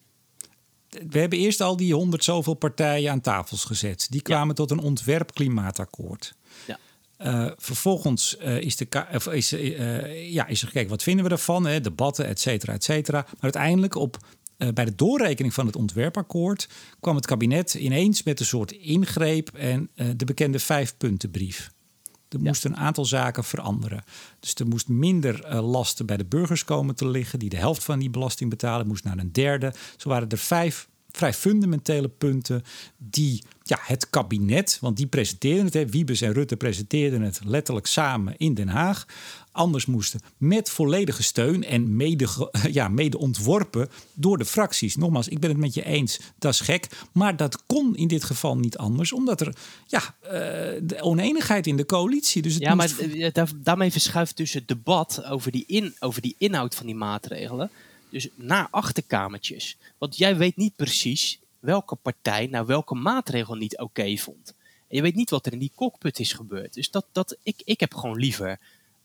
we hebben eerst al die honderd zoveel partijen aan tafels gezet. Die kwamen ja. tot een ontwerp klimaatakkoord. Ja. Uh, vervolgens uh, is, de, of is, uh, ja, is er gekeken, wat vinden we ervan? Hè? Debatten, et cetera, et cetera. Maar uiteindelijk op, uh, bij de doorrekening van het ontwerpakkoord kwam het kabinet ineens met een soort ingreep en uh, de bekende vijfpuntenbrief. Er ja. moesten een aantal zaken veranderen. Dus er moest minder uh, lasten bij de burgers komen te liggen, die de helft van die belasting betalen, moest naar een derde. Zo waren er vijf vrij fundamentele punten die ja, het kabinet, want die presenteerden het, hè, Wiebes en Rutte presenteerden het letterlijk samen in Den Haag, anders moesten met volledige steun en mede, ja, mede ontworpen door de fracties. Nogmaals, ik ben het met je eens, dat is gek, maar dat kon in dit geval niet anders, omdat er ja, uh, de oneenigheid in de coalitie. Dus het ja, moest... maar daar, daarmee verschuift dus het debat over die, in, over die inhoud van die maatregelen dus naar achterkamertjes. Want jij weet niet precies welke partij nou welke maatregel niet oké okay vond. En je weet niet wat er in die cockpit is gebeurd. Dus dat, dat, ik, ik heb gewoon liever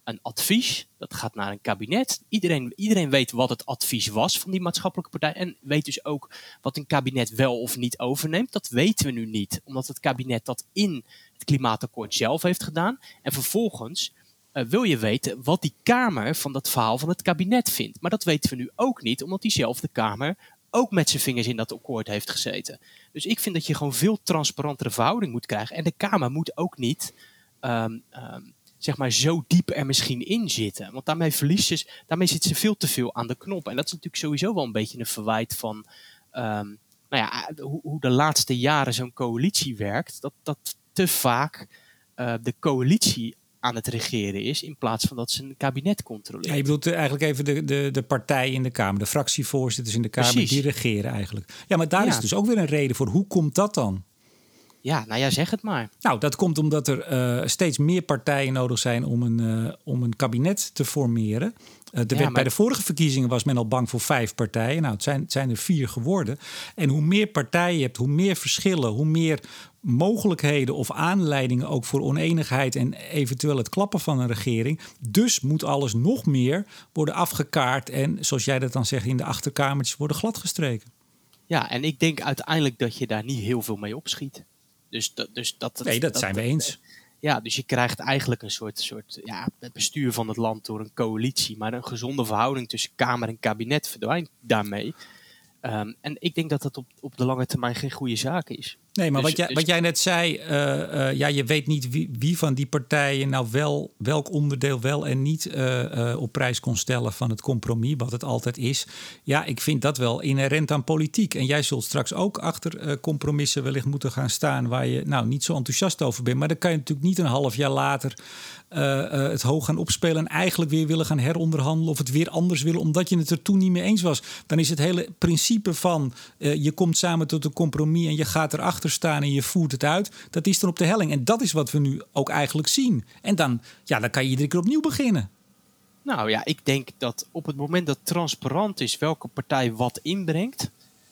een advies. Dat gaat naar een kabinet. Iedereen, iedereen weet wat het advies was van die maatschappelijke partij. En weet dus ook wat een kabinet wel of niet overneemt. Dat weten we nu niet. Omdat het kabinet dat in het klimaatakkoord zelf heeft gedaan. En vervolgens uh, wil je weten wat die Kamer van dat verhaal van het kabinet vindt. Maar dat weten we nu ook niet. Omdat diezelfde Kamer ook met zijn vingers in dat akkoord heeft gezeten. Dus ik vind dat je gewoon veel transparantere verhouding moet krijgen. En de Kamer moet ook niet Um, um, zeg maar zo diep er misschien in zitten. Want daarmee verliest ze, daarmee zit ze veel te veel aan de knop. En dat is natuurlijk sowieso wel een beetje een verwijt van um, nou ja, hoe, hoe de laatste jaren zo'n coalitie werkt. Dat, dat te vaak uh, de coalitie aan het regeren is, in plaats van dat ze een kabinet controleert. Ja, je bedoelt eigenlijk even de, de, de partijen in de Kamer, de fractievoorzitters in de Kamer, Precies. die regeren eigenlijk. Ja, maar daar ja. is dus ook weer een reden voor. Hoe komt dat dan? Ja, nou ja, zeg het maar. Nou, dat komt omdat er uh, steeds meer partijen nodig zijn om een, uh, om een kabinet te formeren. Uh, er ja, werd, maar... Bij de vorige verkiezingen was men al bang voor vijf partijen. Nou, het zijn, het zijn er vier geworden. En hoe meer partijen je hebt, hoe meer verschillen, hoe meer mogelijkheden of aanleidingen ook voor oneenigheid en eventueel het klappen van een regering. Dus moet alles nog meer worden afgekaart en, zoals jij dat dan zegt, in de achterkamertjes worden gladgestreken. Ja, en ik denk uiteindelijk dat je daar niet heel veel mee opschiet. Dus, dus dat, nee, dat, dat zijn we eens. Ja, dus je krijgt eigenlijk een soort, soort ja, het bestuur van het land door een coalitie. Maar een gezonde verhouding tussen Kamer en kabinet verdwijnt daarmee. Um, en ik denk dat dat op, op de lange termijn geen goede zaak is. Nee, maar dus, wat, jij, dus... wat jij net zei, uh, uh, ja, je weet niet wie, wie van die partijen nou wel, welk onderdeel wel en niet uh, uh, op prijs kon stellen van het compromis, wat het altijd is. Ja, ik vind dat wel inherent aan politiek. En jij zult straks ook achter uh, compromissen wellicht moeten gaan staan waar je nou niet zo enthousiast over bent. Maar dan kan je natuurlijk niet een half jaar later uh, uh, het hoog gaan opspelen en eigenlijk weer willen gaan heronderhandelen of het weer anders willen, omdat je het er toen niet mee eens was. Dan is het hele principe van uh, je komt samen tot een compromis en je gaat erachter staan en je voert het uit, dat is dan op de helling. En dat is wat we nu ook eigenlijk zien. En dan, ja, dan kan je iedere keer opnieuw beginnen. Nou ja, ik denk dat op het moment dat transparant is welke partij wat inbrengt,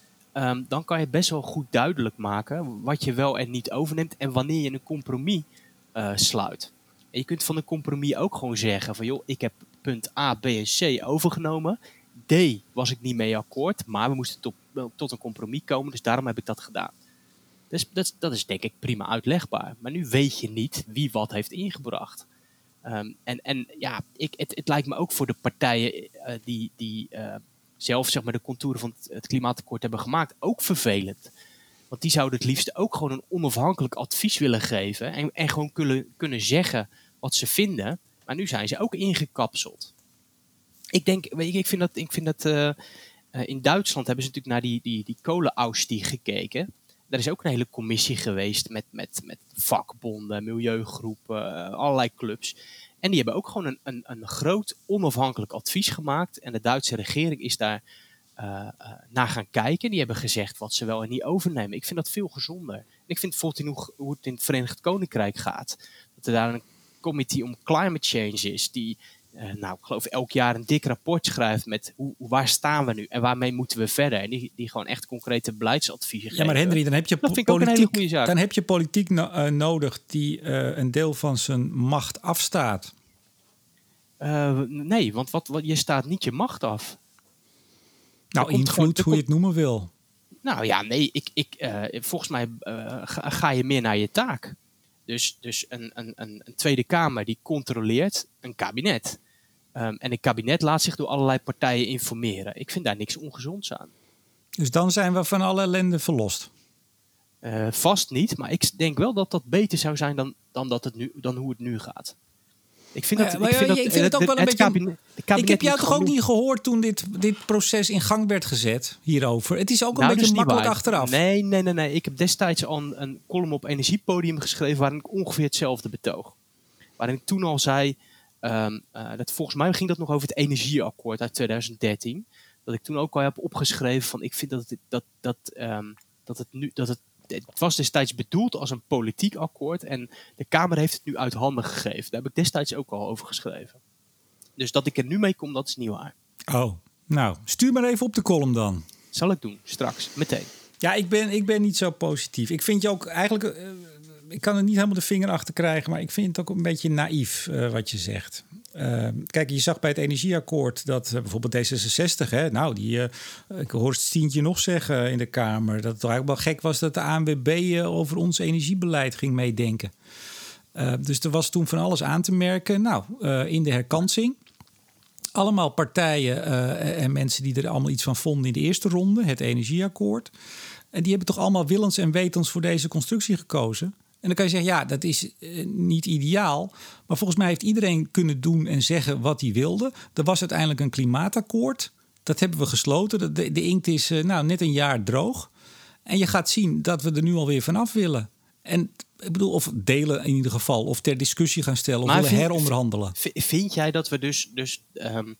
um, dan kan je best wel goed duidelijk maken wat je wel en niet overneemt en wanneer je een compromis uh, sluit. En je kunt van een compromis ook gewoon zeggen van joh, ik heb punt A, B en C overgenomen. D was ik niet mee akkoord, maar we moesten tot, tot een compromis komen, dus daarom heb ik dat gedaan. Dus dat, dat is denk ik prima uitlegbaar. Maar nu weet je niet wie wat heeft ingebracht. Um, en, en ja, ik, het, het lijkt me ook voor de partijen uh, die, die uh, zelf zeg maar, de contouren van het, het klimaatakkoord hebben gemaakt, ook vervelend. Want die zouden het liefst ook gewoon een onafhankelijk advies willen geven. En, en gewoon kunnen, kunnen zeggen wat ze vinden. Maar nu zijn ze ook ingekapseld. Ik denk, weet je, ik vind dat, ik vind dat uh, uh, in Duitsland hebben ze natuurlijk naar die, die, die kolenausstieg gekeken. Er is ook een hele commissie geweest met, met, met vakbonden, milieugroepen, uh, allerlei clubs. En die hebben ook gewoon een, een, een groot onafhankelijk advies gemaakt. En de Duitse regering is daar uh, uh, naar gaan kijken. Die hebben gezegd wat ze wel en niet overnemen. Ik vind dat veel gezonder. En ik vind bijvoorbeeld in hoe, hoe het in het Verenigd Koninkrijk gaat. Dat er daar een committee om climate change is die, uh, nou, ik geloof elk jaar een dik rapport schrijft met hoe, waar staan we nu en waarmee moeten we verder. En die, die gewoon echt concrete beleidsadviezen geven. Ja, maar Henry, dan heb je dat vind po- ik ook een hele politiek, goede zaak. Dan heb je politiek no- uh, nodig die uh, een deel van zijn macht afstaat. Uh, nee, want wat, wat, je staat niet je macht af. Nou, invloed, gewoon, hoe komt, je het noemen wil. Nou ja, nee, ik, ik, uh, volgens mij uh, ga, ga je meer naar je taak. Dus, dus een, een, een, een Tweede Kamer die controleert een kabinet. Um, en een kabinet laat zich door allerlei partijen informeren. Ik vind daar niks ongezonds aan. Dus dan zijn we van alle ellende verlost? Uh, vast niet, maar ik denk wel dat dat beter zou zijn dan, dan, dat het nu, dan hoe het nu gaat. Ik vind, dat, ja, maar ik vind, ja, dat, ik vind het ook wel een beetje... Kabinet, kabinet ik heb jou toch ook doen. niet gehoord toen dit, dit proces in gang werd gezet hierover. Het is ook een nou, beetje makkelijk waar. achteraf. Nee, nee, nee, nee. Ik heb destijds al een, een column op Energiepodium geschreven waarin ik ongeveer hetzelfde betoog. Waarin ik toen al zei, um, uh, dat volgens mij ging dat nog over het energieakkoord uit twintig dertien. Dat ik toen ook al heb opgeschreven van ik vind dat het, dat, dat, um, dat het nu... Dat het Het was destijds bedoeld als een politiek akkoord en de Kamer heeft het nu uit handen gegeven. Daar heb ik destijds ook al over geschreven. Dus dat ik er nu mee kom, dat is niet waar. Oh, nou, stuur maar even op de column dan. Zal ik doen, straks, meteen. Ja, ik ben, ik ben niet zo positief. Ik vind je ook eigenlijk... Uh, ik kan er niet helemaal de vinger achter krijgen, maar ik vind het ook een beetje naïef uh, wat je zegt. Uh, kijk, je zag bij het energieakkoord dat uh, bijvoorbeeld D zesenzestig... Hè, nou, die, uh, ik hoor het Stientje nog zeggen in de Kamer... dat het toch eigenlijk wel gek was dat de A N W B uh, over ons energiebeleid ging meedenken. Uh, dus er was toen van alles aan te merken. Nou, uh, in de herkansing... allemaal partijen uh, en mensen die er allemaal iets van vonden in de eerste ronde... het energieakkoord. En die hebben toch allemaal willens en wetens voor deze constructie gekozen... En dan kan je zeggen, ja, dat is uh, niet ideaal. Maar volgens mij heeft iedereen kunnen doen en zeggen wat hij wilde. Er was uiteindelijk een klimaatakkoord. Dat hebben we gesloten. De, de inkt is uh, nou, net een jaar droog. En je gaat zien dat we er nu alweer vanaf willen. En ik bedoel, of delen in ieder geval. Of ter discussie gaan stellen. Of maar willen vind, heronderhandelen. Vind jij dat we dus, dus um,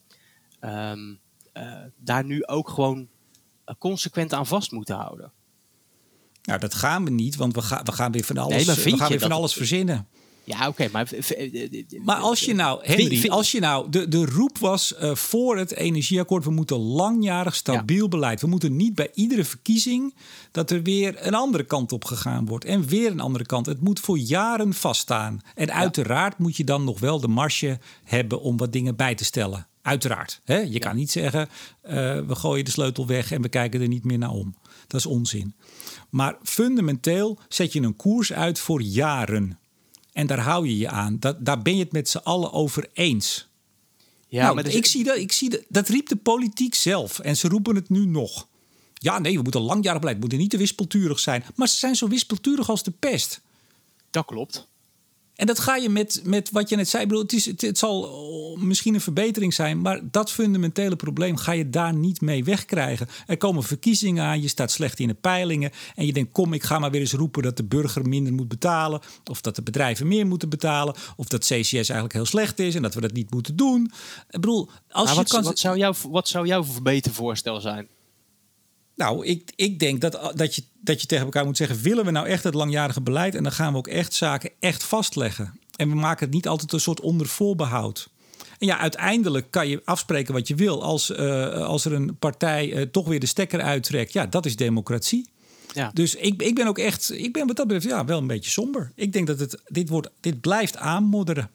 um, uh, daar nu ook gewoon consequent aan vast moeten houden? Nou, dat gaan we niet, want we, ga, we gaan weer van alles, nee, we gaan weer van alles verzinnen. Ja, oké, okay, maar... Maar als je nou, Henry, als je nou... De, de roep was uh, voor het energieakkoord... we moeten langjarig stabiel ja. beleid. We moeten niet bij iedere verkiezing... dat er weer een andere kant op gegaan wordt. En weer een andere kant. Het moet voor jaren vaststaan. En ja. uiteraard moet je dan nog wel de marge hebben... om wat dingen bij te stellen. Uiteraard. Hè? Je ja. kan niet zeggen... Uh, we gooien de sleutel weg en we kijken er niet meer naar om. Dat is onzin. Maar fundamenteel zet je een koers uit voor jaren. En daar hou je je aan. Dat, daar ben je het met z'n allen over eens. Ja, nou, maar dus ik, zie dat, ik zie dat. Dat riep de politiek zelf. En ze roepen het nu nog. Ja, nee, we moeten langjarig beleid. We moeten niet te wispelturig zijn. Maar ze zijn zo wispelturig als de pest. Dat klopt. En dat ga je met, met wat je net zei. Ik bedoel, het, is, het, het zal misschien een verbetering zijn... maar dat fundamentele probleem ga je daar niet mee wegkrijgen. Er komen verkiezingen aan, je staat slecht in de peilingen... en je denkt, kom, ik ga maar weer eens roepen... dat de burger minder moet betalen... of dat de bedrijven meer moeten betalen... of dat C C S eigenlijk heel slecht is... en dat we dat niet moeten doen. Ik bedoel, als maar je wat, kan... wat, zou jouw, wat zou jouw verbetervoorstel zijn? Nou, ik, ik denk dat, dat, je, dat je tegen elkaar moet zeggen... willen we nou echt het langjarige beleid... en dan gaan we ook echt zaken echt vastleggen. En we maken het niet altijd een soort onder voorbehoud. En ja, uiteindelijk kan je afspreken wat je wil. Als, uh, als er een partij uh, toch weer de stekker uittrekt... ja, dat is democratie. Ja. Dus ik, ik ben ook echt... ik ben wat dat betreft ja, wel een beetje somber. Ik denk dat het, dit, wordt, dit blijft aanmodderen.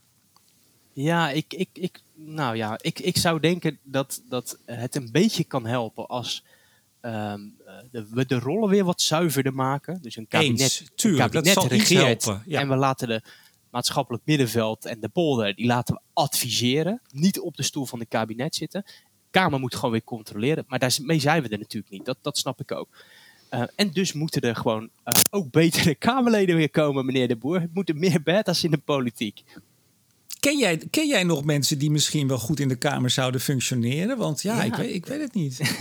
Ja, ik, ik, ik, nou ja, ik, ik zou denken dat, dat het een beetje kan helpen... als Um, de, we de rollen weer wat zuiverder maken. Dus een kabinet, Eens, tuurlijk, een kabinet dat zal regeert. Helpen, ja. En we laten de maatschappelijk middenveld en de polder... die laten we adviseren. Niet op de stoel van het kabinet zitten. De Kamer moet gewoon weer controleren. Maar daarmee zijn we er natuurlijk niet. Dat, dat snap ik ook. Uh, en dus moeten er gewoon uh, ook betere Kamerleden weer komen, meneer De Boer. Het moeten meer beta's in de politiek. Ken jij, ken jij nog mensen die misschien wel goed in de Kamer zouden functioneren? Want ja, ja. Ik, weet, ik weet het niet.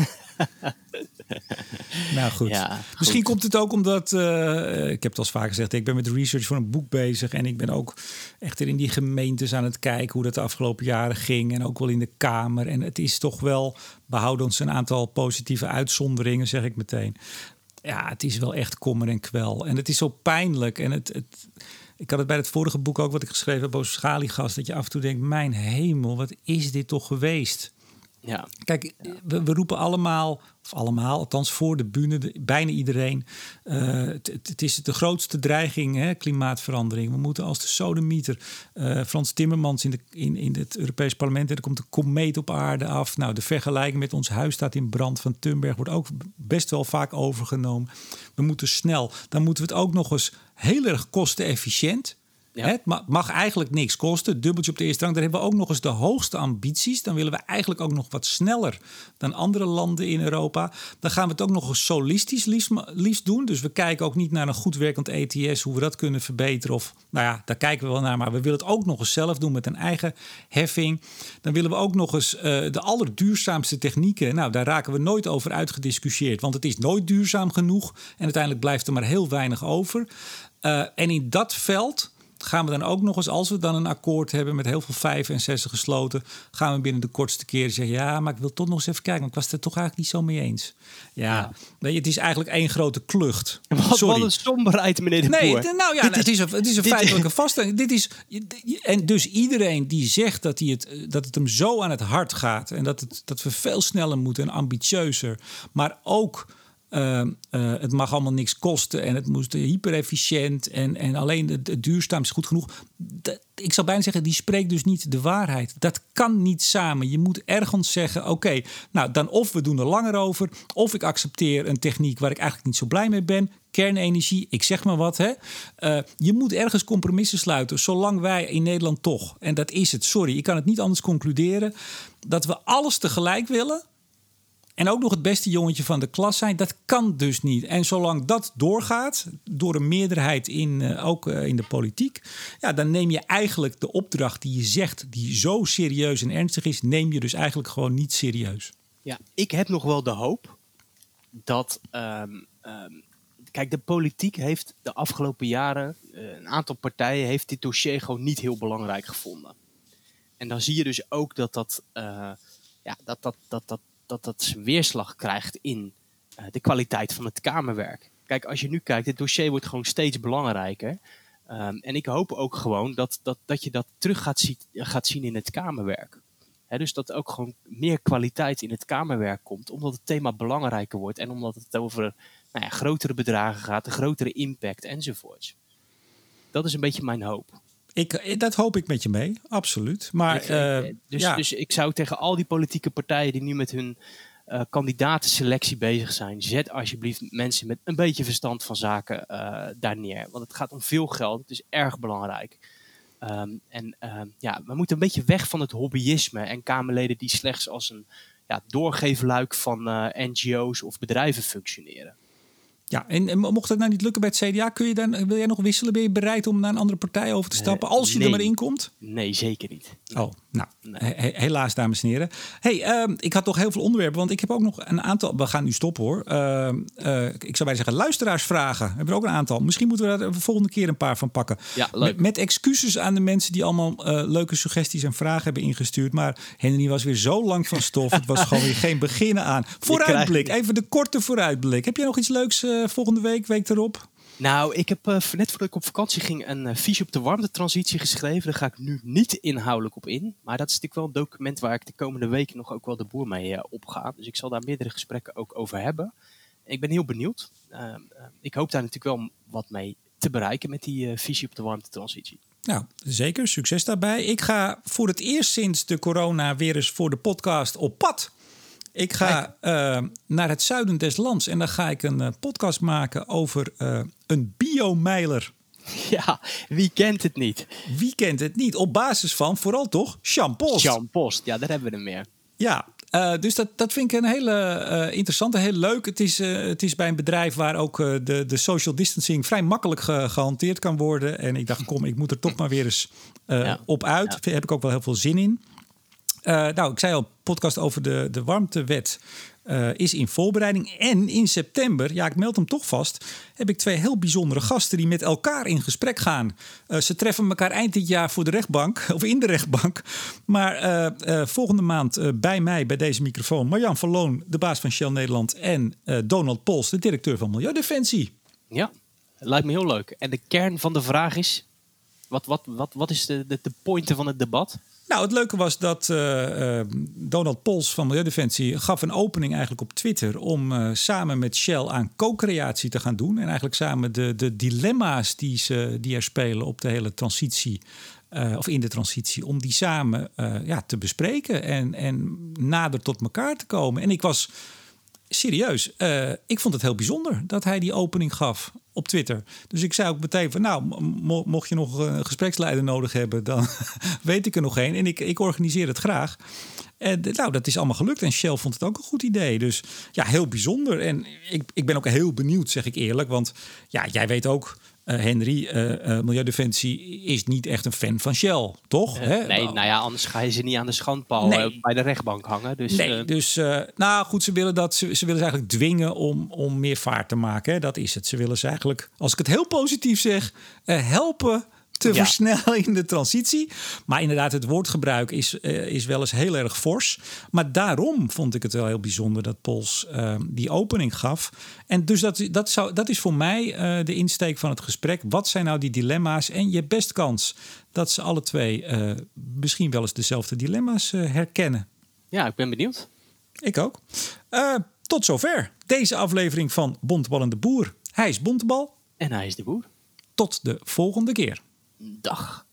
Nou goed. Ja, goed. Misschien komt het ook omdat... Uh, ik heb het al vaak gezegd... ik ben met research voor een boek bezig... en ik ben ook echt in die gemeentes aan het kijken... hoe dat de afgelopen jaren ging... en ook wel in de Kamer. En het is toch wel... behoudens een aantal positieve uitzonderingen... zeg ik meteen. Ja, het is wel echt kommer en kwel. En het is zo pijnlijk. En het... het ik had het bij het vorige boek ook wat ik geschreven heb... over Schaliegas... dat je af en toe denkt... mijn hemel, wat is dit toch geweest? Ja. Kijk, we, we roepen allemaal, of allemaal, althans voor de bühne, de, bijna iedereen. Uh, het, het is de grootste dreiging, hè, klimaatverandering. We moeten als de sodemieter. Uh, Frans Timmermans in, de, in, in het Europees Parlement. Er komt een komeet op aarde af. Nou, de vergelijking met ons huis staat in brand van Thunberg wordt ook best wel vaak overgenomen. We moeten snel. Dan moeten we het ook nog eens heel erg kostenefficiënt. Ja. Het mag eigenlijk niks kosten. Dubbeltje op de eerste rang. Daar hebben we ook nog eens de hoogste ambities. Dan willen we eigenlijk ook nog wat sneller dan andere landen in Europa. Dan gaan we het ook nog eens solistisch liefst, liefst doen. Dus we kijken ook niet naar een goed werkend E T S... hoe we dat kunnen verbeteren. Of, nou ja, daar kijken we wel naar. Maar we willen het ook nog eens zelf doen met een eigen heffing. Dan willen we ook nog eens uh, de allerduurzaamste technieken... nou, daar raken we nooit over uitgediscussieerd. Want het is nooit duurzaam genoeg. En uiteindelijk blijft er maar heel weinig over. Uh, en in dat veld... gaan we dan ook nog eens, als we dan een akkoord hebben... met heel veel vijven en zessen gesloten... gaan we binnen de kortste keren zeggen... ja, maar ik wil toch nog eens even kijken... want ik was het er toch eigenlijk niet zo mee eens. Ja, ja. Nee, het is eigenlijk één grote klucht. Wat, Sorry. wat een somberheid, meneer De Boer. Nee, d- nou ja, nou, het is een, het is een feitelijke vaststelling. Dit is, en dus iedereen die zegt dat, hij het, dat het hem zo aan het hart gaat... en dat, het, dat we veel sneller moeten en ambitieuzer... maar ook... Uh, uh, het mag allemaal niks kosten en het moest hyperefficiënt en, en alleen het, het duurzaam is goed genoeg. Dat, ik zou bijna zeggen, die spreekt dus niet de waarheid. Dat kan niet samen. Je moet ergens zeggen, oké, okay, nou dan of we doen er langer over, of ik accepteer een techniek waar ik eigenlijk niet zo blij mee ben. Kernenergie, ik zeg maar wat. Hè. Uh, je moet ergens compromissen sluiten, zolang wij in Nederland toch, en dat is het, sorry, ik kan het niet anders concluderen, dat we alles tegelijk willen en ook nog het beste jongetje van de klas zijn, dat kan dus niet. En zolang dat doorgaat, door een meerderheid in, uh, ook uh, in de politiek, ja, dan neem je eigenlijk de opdracht die je zegt, die zo serieus en ernstig is, neem je dus eigenlijk gewoon niet serieus. Ja, ik heb nog wel de hoop dat Um, um, Kijk, de politiek heeft de afgelopen jaren, uh, een aantal partijen heeft dit dossier gewoon niet heel belangrijk gevonden. En dan zie je dus ook dat dat, uh, ja, dat, dat, dat, dat, dat, dat zijn weerslag krijgt in uh, de kwaliteit van het Kamerwerk. Kijk, als je nu kijkt, het dossier wordt gewoon steeds belangrijker. Um, en ik hoop ook gewoon dat, dat, dat je dat terug gaat, zie, gaat zien in het Kamerwerk. He, dus dat ook gewoon meer kwaliteit in het Kamerwerk komt, omdat het thema belangrijker wordt en omdat het over nou ja, grotere bedragen gaat, een grotere impact enzovoorts. Dat is een beetje mijn hoop. Ik, dat hoop ik met je mee, absoluut. Maar, ik, uh, dus, ja. dus ik zou tegen al die politieke partijen die nu met hun uh, kandidatenselectie bezig zijn, zet alsjeblieft mensen met een beetje verstand van zaken uh, daar neer. Want het gaat om veel geld, het is erg belangrijk. Um, en uh, ja, we moeten een beetje weg van het hobbyisme en Kamerleden die slechts als een ja, doorgeefluik van uh, N G O's of bedrijven functioneren. Ja, en, en mocht het nou niet lukken bij het C D A, kun je dan, wil jij nog wisselen? Ben je bereid om naar een andere partij over te stappen als je nee. er maar in komt? Nee, zeker niet. Oh, nou, nee. he, helaas dames en heren. Hey, uh, ik had toch heel veel onderwerpen, want ik heb ook nog een aantal, we gaan nu stoppen hoor. Uh, uh, ik zou bijna zeggen luisteraarsvragen. We hebben er ook een aantal. Misschien moeten we daar de volgende keer een paar van pakken. Ja, leuk. Met, met excuses aan de mensen die allemaal uh, leuke suggesties en vragen hebben ingestuurd. Maar Henry was weer zo lang van stof. Het was gewoon weer geen beginnen aan. Vooruitblik, even de korte vooruitblik. Heb jij nog iets leuks uh, volgende week, week erop? Nou, ik heb uh, net voordat ik op vakantie ging een uh, visie op de warmtetransitie geschreven. Daar ga ik nu niet inhoudelijk op in. Maar dat is natuurlijk wel een document waar ik de komende weken nog ook wel de boer mee uh, opga. Dus ik zal daar meerdere gesprekken ook over hebben. Ik ben heel benieuwd. Uh, uh, ik hoop daar natuurlijk wel wat mee te bereiken met die uh, visie op de warmtetransitie. Nou, zeker. Succes daarbij. Ik ga voor het eerst sinds de corona weer eens voor de podcast op pad. Ik ga uh, naar het zuiden des lands en dan ga ik een uh, podcast maken over uh, een biomijler. Ja, wie kent het niet? Wie kent het niet? Op basis van, vooral toch, Jean Post. Jean Post, ja, daar hebben we hem meer. Ja, uh, dus dat, dat vind ik een hele uh, interessante, heel leuk. Het is, uh, het is bij een bedrijf waar ook uh, de, de social distancing vrij makkelijk ge, gehanteerd kan worden. En ik dacht, kom, ik moet er toch maar weer eens uh, ja. op uit. Ja. Daar heb ik ook wel heel veel zin in. Uh, nou, ik zei al, podcast over de, de warmtewet uh, is in voorbereiding. En in september, ja, ik meld hem toch vast, heb ik twee heel bijzondere gasten die met elkaar in gesprek gaan. Uh, ze treffen elkaar eind dit jaar voor de rechtbank, of in de rechtbank. Maar uh, uh, volgende maand uh, bij mij, bij deze microfoon, Marjan van Loon, de baas van Shell Nederland, en uh, Donald Pols, de directeur van Milieudefensie. Ja, lijkt me heel leuk. En de kern van de vraag is, wat, wat, wat, wat is de, de, de pointe van het debat? Nou, het leuke was dat uh, uh, Donald Pols van Milieudefensie gaf een opening eigenlijk op Twitter om uh, samen met Shell aan co-creatie te gaan doen. En eigenlijk samen de, de dilemma's die, ze, die er spelen op de hele transitie, uh, of in de transitie, om die samen uh, ja, te bespreken en, en nader tot elkaar te komen. En ik was serieus, uh, ik vond het heel bijzonder dat hij die opening gaf op Twitter. Dus ik zei ook meteen van, nou, mo- mocht je nog een gespreksleider nodig hebben, dan weet ik er nog één. En ik, ik organiseer het graag. En nou, dat is allemaal gelukt. En Shell vond het ook een goed idee. Dus ja, heel bijzonder. En ik, ik ben ook heel benieuwd, zeg ik eerlijk. Want ja, jij weet ook, Uh, Henry, uh, uh, Milieudefensie is niet echt een fan van Shell, toch? Uh, Hè? Nee, nou ja, anders ga je ze niet aan de schandpaal nee. uh, bij de rechtbank hangen. Dus, nee, uh... dus uh, nou goed, ze willen dat ze, ze willen ze eigenlijk dwingen om, om meer vaart te maken. Hè? Dat is het. Ze willen ze eigenlijk, als ik het heel positief zeg, uh, helpen te ja. versnellen in de transitie. Maar inderdaad, het woordgebruik is, uh, is wel eens heel erg fors. Maar daarom vond ik het wel heel bijzonder dat Pols uh, die opening gaf. En dus dat, dat, zou, dat is voor mij uh, de insteek van het gesprek. Wat zijn nou die dilemma's? En je hebt best kans dat ze alle twee uh, misschien wel eens dezelfde dilemma's uh, herkennen. Ja, ik ben benieuwd. Ik ook. Uh, Tot zover deze aflevering van Bontebal en de Boer. Hij is Bontebal. En hij is de boer. Tot de volgende keer. Dag.